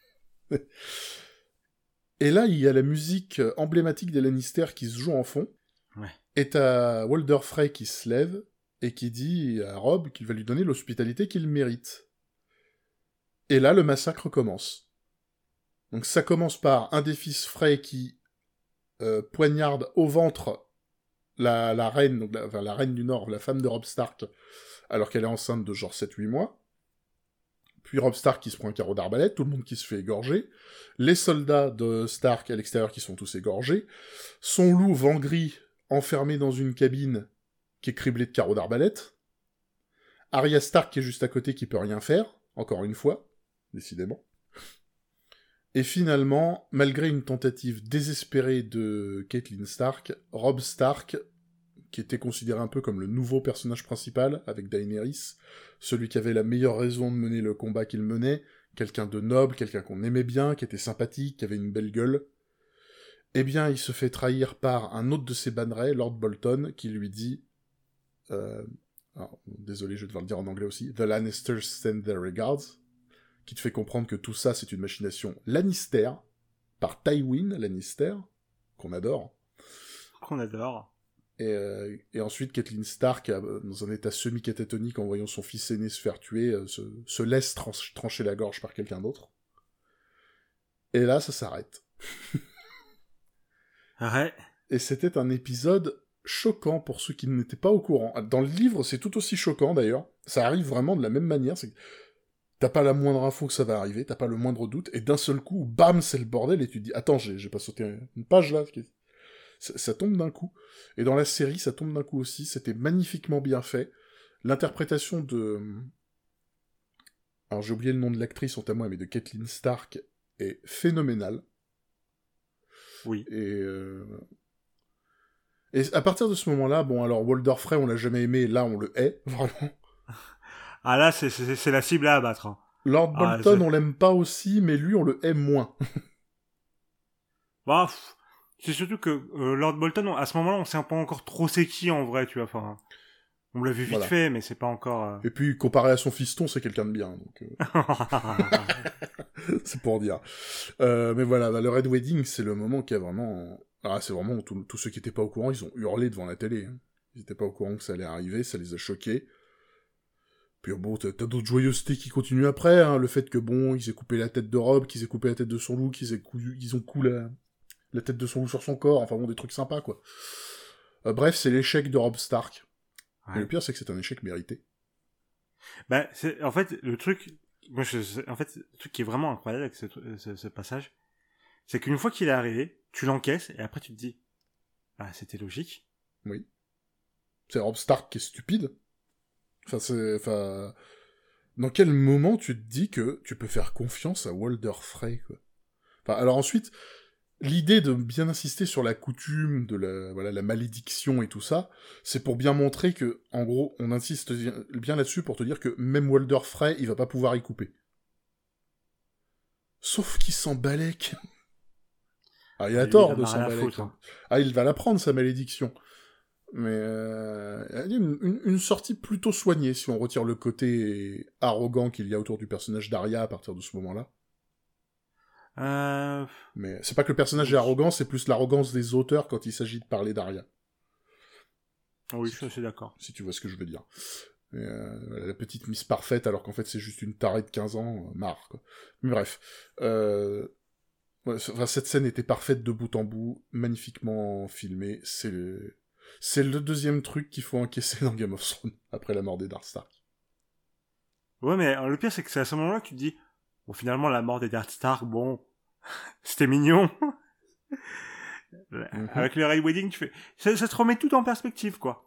Et là, il y a la musique emblématique des Lannister qui se joue en fond. Ouais. Et t'as Walder Frey qui se lève et qui dit à Robb qu'il va lui donner l'hospitalité qu'il mérite. Et là, le massacre commence. Donc ça commence par un des fils Frey qui euh, poignarde au ventre la, la reine, donc la, enfin, la reine du Nord, la femme de Robb Stark, alors qu'elle est enceinte de genre sept huit mois. Puis Robb Stark qui se prend un carreau d'arbalète, tout le monde qui se fait égorger. Les soldats de Stark à l'extérieur qui sont tous égorgés. Son loup Vengris enfermé dans une cabine qui est criblée de carreaux d'arbalète. Arya Stark qui est juste à côté qui peut rien faire, encore une fois, décidément. Et finalement, malgré une tentative désespérée de Catelyn Stark, Robb Stark, qui était considéré un peu comme le nouveau personnage principal, avec Daenerys, celui qui avait la meilleure raison de mener le combat qu'il menait, quelqu'un de noble, quelqu'un qu'on aimait bien, qui était sympathique, qui avait une belle gueule, eh bien, il se fait trahir par un autre de ses bannerets, Lord Bolton, qui lui dit... Euh... Alors, désolé, je vais devoir le dire en anglais aussi. « The Lannisters send their regards », qui te fait comprendre que tout ça, c'est une machination Lannister, par Tywin Lannister, qu'on adore. Qu'on adore. Et, euh, et ensuite, Catelyn Stark, dans un état semi-catatonique, en voyant son fils aîné se faire tuer, se, se laisse tranch- trancher la gorge par quelqu'un d'autre. Et là, ça s'arrête. Ouais. Et c'était un épisode choquant pour ceux qui n'étaient pas au courant. Dans le livre, c'est tout aussi choquant, d'ailleurs. Ça arrive vraiment de la même manière, c'est que t'as pas la moindre info que ça va arriver, t'as pas le moindre doute, et d'un seul coup, bam, c'est le bordel, et tu te dis, attends, j'ai, j'ai pas sauté une page, là, ça, ça tombe d'un coup. Et dans la série, ça tombe d'un coup aussi, c'était magnifiquement bien fait. L'interprétation de... Alors, j'ai oublié le nom de l'actrice, honte à moi, mais de Catelyn Stark est phénoménale. Oui. Et... Euh... Et à partir de ce moment-là, bon, alors, Walder Frey, on l'a jamais aimé, là, on le hait, vraiment. Ah là, c'est, c'est, c'est la cible à abattre. Hein. Lord ah, Bolton, c'est... on l'aime pas aussi, mais lui, on le hait moins. Bah, pff, c'est surtout que euh, Lord Bolton, à ce moment-là, on sait pas encore trop c'est qui, en vrai, tu vois, enfin... On l'a vu vite voilà. fait, mais c'est pas encore... Euh... Et puis, comparé à son fiston, c'est quelqu'un de bien, donc... Euh... c'est pour dire. Euh, mais voilà, bah, le Red Wedding, c'est le moment qui a vraiment... Ah, c'est vraiment... Tous tout ceux qui étaient pas au courant, ils ont hurlé devant la télé. Hein. Ils étaient pas au courant que ça allait arriver, ça les a choqués. Puis bon, t'as, t'as d'autres joyeusetés qui continuent après, hein. Le fait que, bon, ils aient coupé la tête de Robb, qu'ils aient coupé la tête de son loup, qu'ils aient cou... ils ont coulé la... la tête de son loup sur son corps, enfin bon, des trucs sympas, quoi. Euh, bref, c'est l'échec de Robb Stark. Ouais. Et le pire, c'est que c'est un échec mérité. Bah, c'est, en fait, le truc, moi, je, en fait, le truc qui est vraiment incroyable avec ce, ce, ce passage, c'est qu'une fois qu'il est arrivé, tu l'encaisses, et après tu te dis, ah, c'était logique. Oui. C'est Robb Stark qui est stupide. Enfin, c'est... Enfin... Dans quel moment tu te dis que tu peux faire confiance à Walder Frey, quoi? Enfin, alors ensuite, l'idée de bien insister sur la coutume, de la, voilà, la malédiction et tout ça, c'est pour bien montrer que, en gros, on insiste bien là-dessus pour te dire que même Walder Frey, il va pas pouvoir y couper. Sauf qu'il s'en balèque. Ah, il a Lui, tort il de en a s'en rien à balèque. foutre, hein. Ah, il va la prendre, sa malédiction. Mais euh, il y a une, une, une sortie plutôt soignée, si on retire le côté arrogant qu'il y a autour du personnage d'Arya à partir de ce moment-là. Euh... Mais c'est pas que le personnage Oui. est arrogant, c'est plus l'arrogance des auteurs quand il s'agit de parler d'Arya. Oui, si je suis d'accord. Si tu vois ce que je veux dire. Et euh, la petite Miss Parfaite, alors qu'en fait c'est juste une tarée de quinze ans, euh, marre, quoi. Mais bref. Euh... Ouais, enfin, cette scène était parfaite de bout en bout, magnifiquement filmée. C'est le... c'est le deuxième truc qu'il faut encaisser dans Game of Thrones, après la mort des Dark Stark. Ouais, mais euh, le pire, c'est que c'est à ce moment-là que tu te dis, bon, finalement, la mort des Dark Stark, bon, c'était mignon. Mm-hmm. Avec le Red Wedding, tu fais, ça, ça te remet tout en perspective, quoi.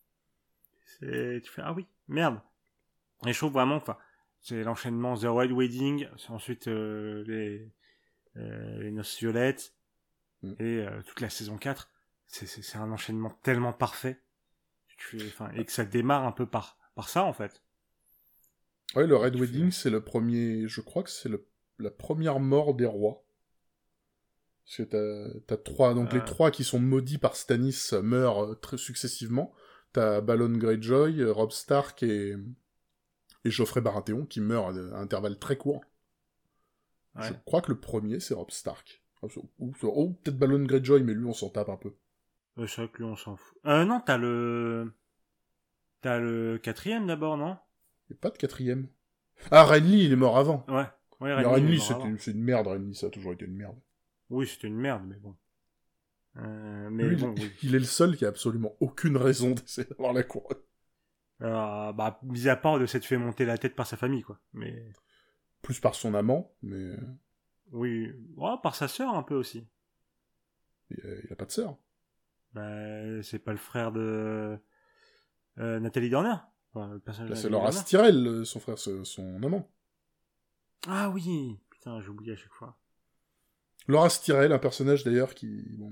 C'est, tu fais, ah oui, merde. Et je trouve vraiment, enfin, c'est l'enchaînement The Red Wedding, c'est ensuite euh, les, euh, les Noces Violettes, mm. et euh, toute la saison quatre. C'est, c'est, c'est un enchaînement tellement parfait. Tu fais, enfin, et que ça démarre un peu par, par ça, en fait. Ouais, le Red Wedding, fais... c'est le premier... Je crois que c'est le... la première mort des rois. Parce que t'as, t'as trois... Donc euh... les trois qui sont maudits par Stannis meurent très successivement. T'as Balon Greyjoy, Robb Stark et... et Joffrey Baratheon qui meurent à intervalles très courts. Ouais. Je crois que le premier, c'est Robb Stark. Ou, ou peut-être Balon Greyjoy, mais lui, on s'en tape un peu. Euh, c'est vrai que lui, on s'en fout. Euh, non, t'as le... T'as le quatrième, d'abord, non? Il n'y a pas de quatrième. Ah, Renly, il est mort avant. Ouais. Ouais, Renly, Renly c'est, une, c'est une merde, Renly, ça a toujours été une merde. Oui, c'était une merde, mais bon. Euh, mais lui, bon, il, oui. il est le seul qui a absolument aucune raison d'essayer d'avoir la couronne. Euh, bah, mis à part de s'être fait monter la tête par sa famille, quoi. Mais... Plus par son amant, mais... Oui, oh, par sa sœur, un peu aussi. Il a, il a pas de sœur. Bah, c'est pas le frère de... Euh, Nathalie Dorner. Enfin, le personnage bah, de c'est Nathalie Loras Tyrell, son frère, son amant. Ah oui. Putain, j'oublie à chaque fois. Loras Tyrell, un personnage d'ailleurs qui... Bon,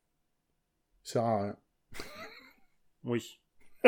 sert à rien. Oui.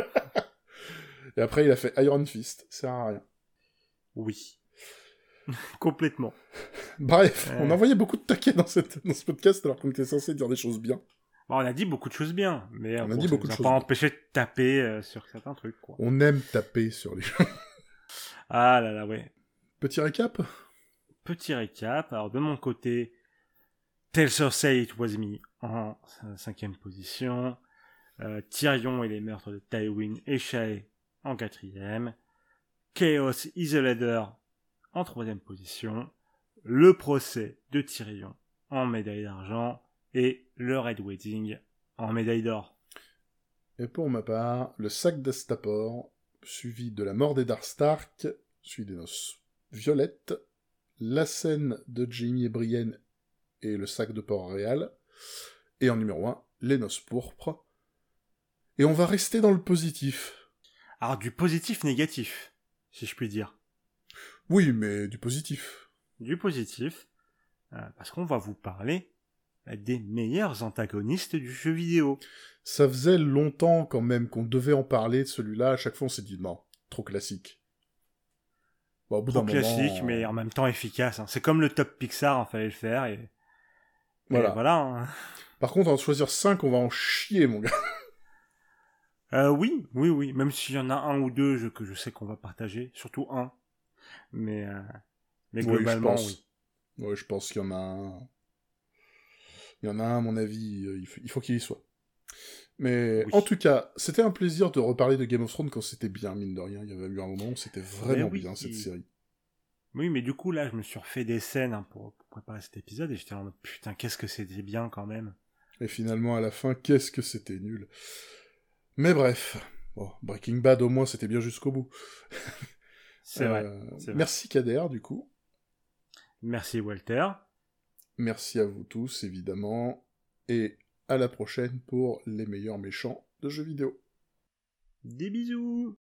Et après, il a fait Iron Fist, sert à rien. Oui. Complètement. Bref, euh... on envoyait beaucoup de taquets dans, cette, dans ce podcast alors qu'on était censé dire des choses bien. Bon, on a dit beaucoup de choses bien, mais on bon, a dit ça beaucoup nous de a choses pas bien. empêché de taper euh, sur certains trucs, quoi. On aime taper sur les gens. Ah là là, ouais. Petit récap. Petit récap. Alors, de mon côté, Tell Cersei It Was Me en cinquième position. Euh, Tyrion et les meurtres de Tywin et Shae en quatrième. Chaos is a Leader en troisième position. Le procès de Tyrion en médaille d'argent. Et le Red Wedding en médaille d'or. Et pour ma part, le sac d'Astapor, suivi de la mort des Dark Stark, suivi des noces violettes, la scène de Jaime et Brienne et le sac de Port-Réal, et en numéro un, les noces pourpres. Et on va rester dans le positif. Alors, du positif négatif, si je puis dire. Oui, mais du positif. Du positif, euh, parce qu'on va vous parler des meilleurs antagonistes du jeu vidéo. Ça faisait longtemps quand même qu'on devait en parler de celui-là. À chaque fois, on s'est dit non, trop classique. Bon, au bout trop d'un classique, moment, mais en même temps efficace. Hein. C'est comme le top Pixar, il fallait le faire. Et, voilà. et voilà hein. Par contre, en choisir cinq, on va en chier, mon gars. Euh, oui, oui, oui. Même s'il y en a un ou deux je, que je sais qu'on va partager, surtout un. Mais, euh, mais globalement, oui. Je pense. oui. Ouais, je pense qu'il y en a un. Il y en a un, à mon avis, il faut, il faut qu'il y soit. Mais oui. En tout cas, c'était un plaisir de reparler de Game of Thrones quand c'était bien, mine de rien. Il y avait eu un moment où c'était vraiment oui, bien, cette série. Oui, mais du coup, là, je me suis refait des scènes hein, pour, pour préparer cet épisode et j'étais en mode, putain, qu'est-ce que c'était bien quand même. Et finalement, à la fin, qu'est-ce que c'était nul. Mais bref, bon, Breaking Bad, au moins, c'était bien jusqu'au bout. C'est, euh, vrai, c'est merci vrai. Kader, du coup. Merci Walter. Merci à vous tous, évidemment. Et à la prochaine pour les meilleurs méchants de jeux vidéo. Des bisous.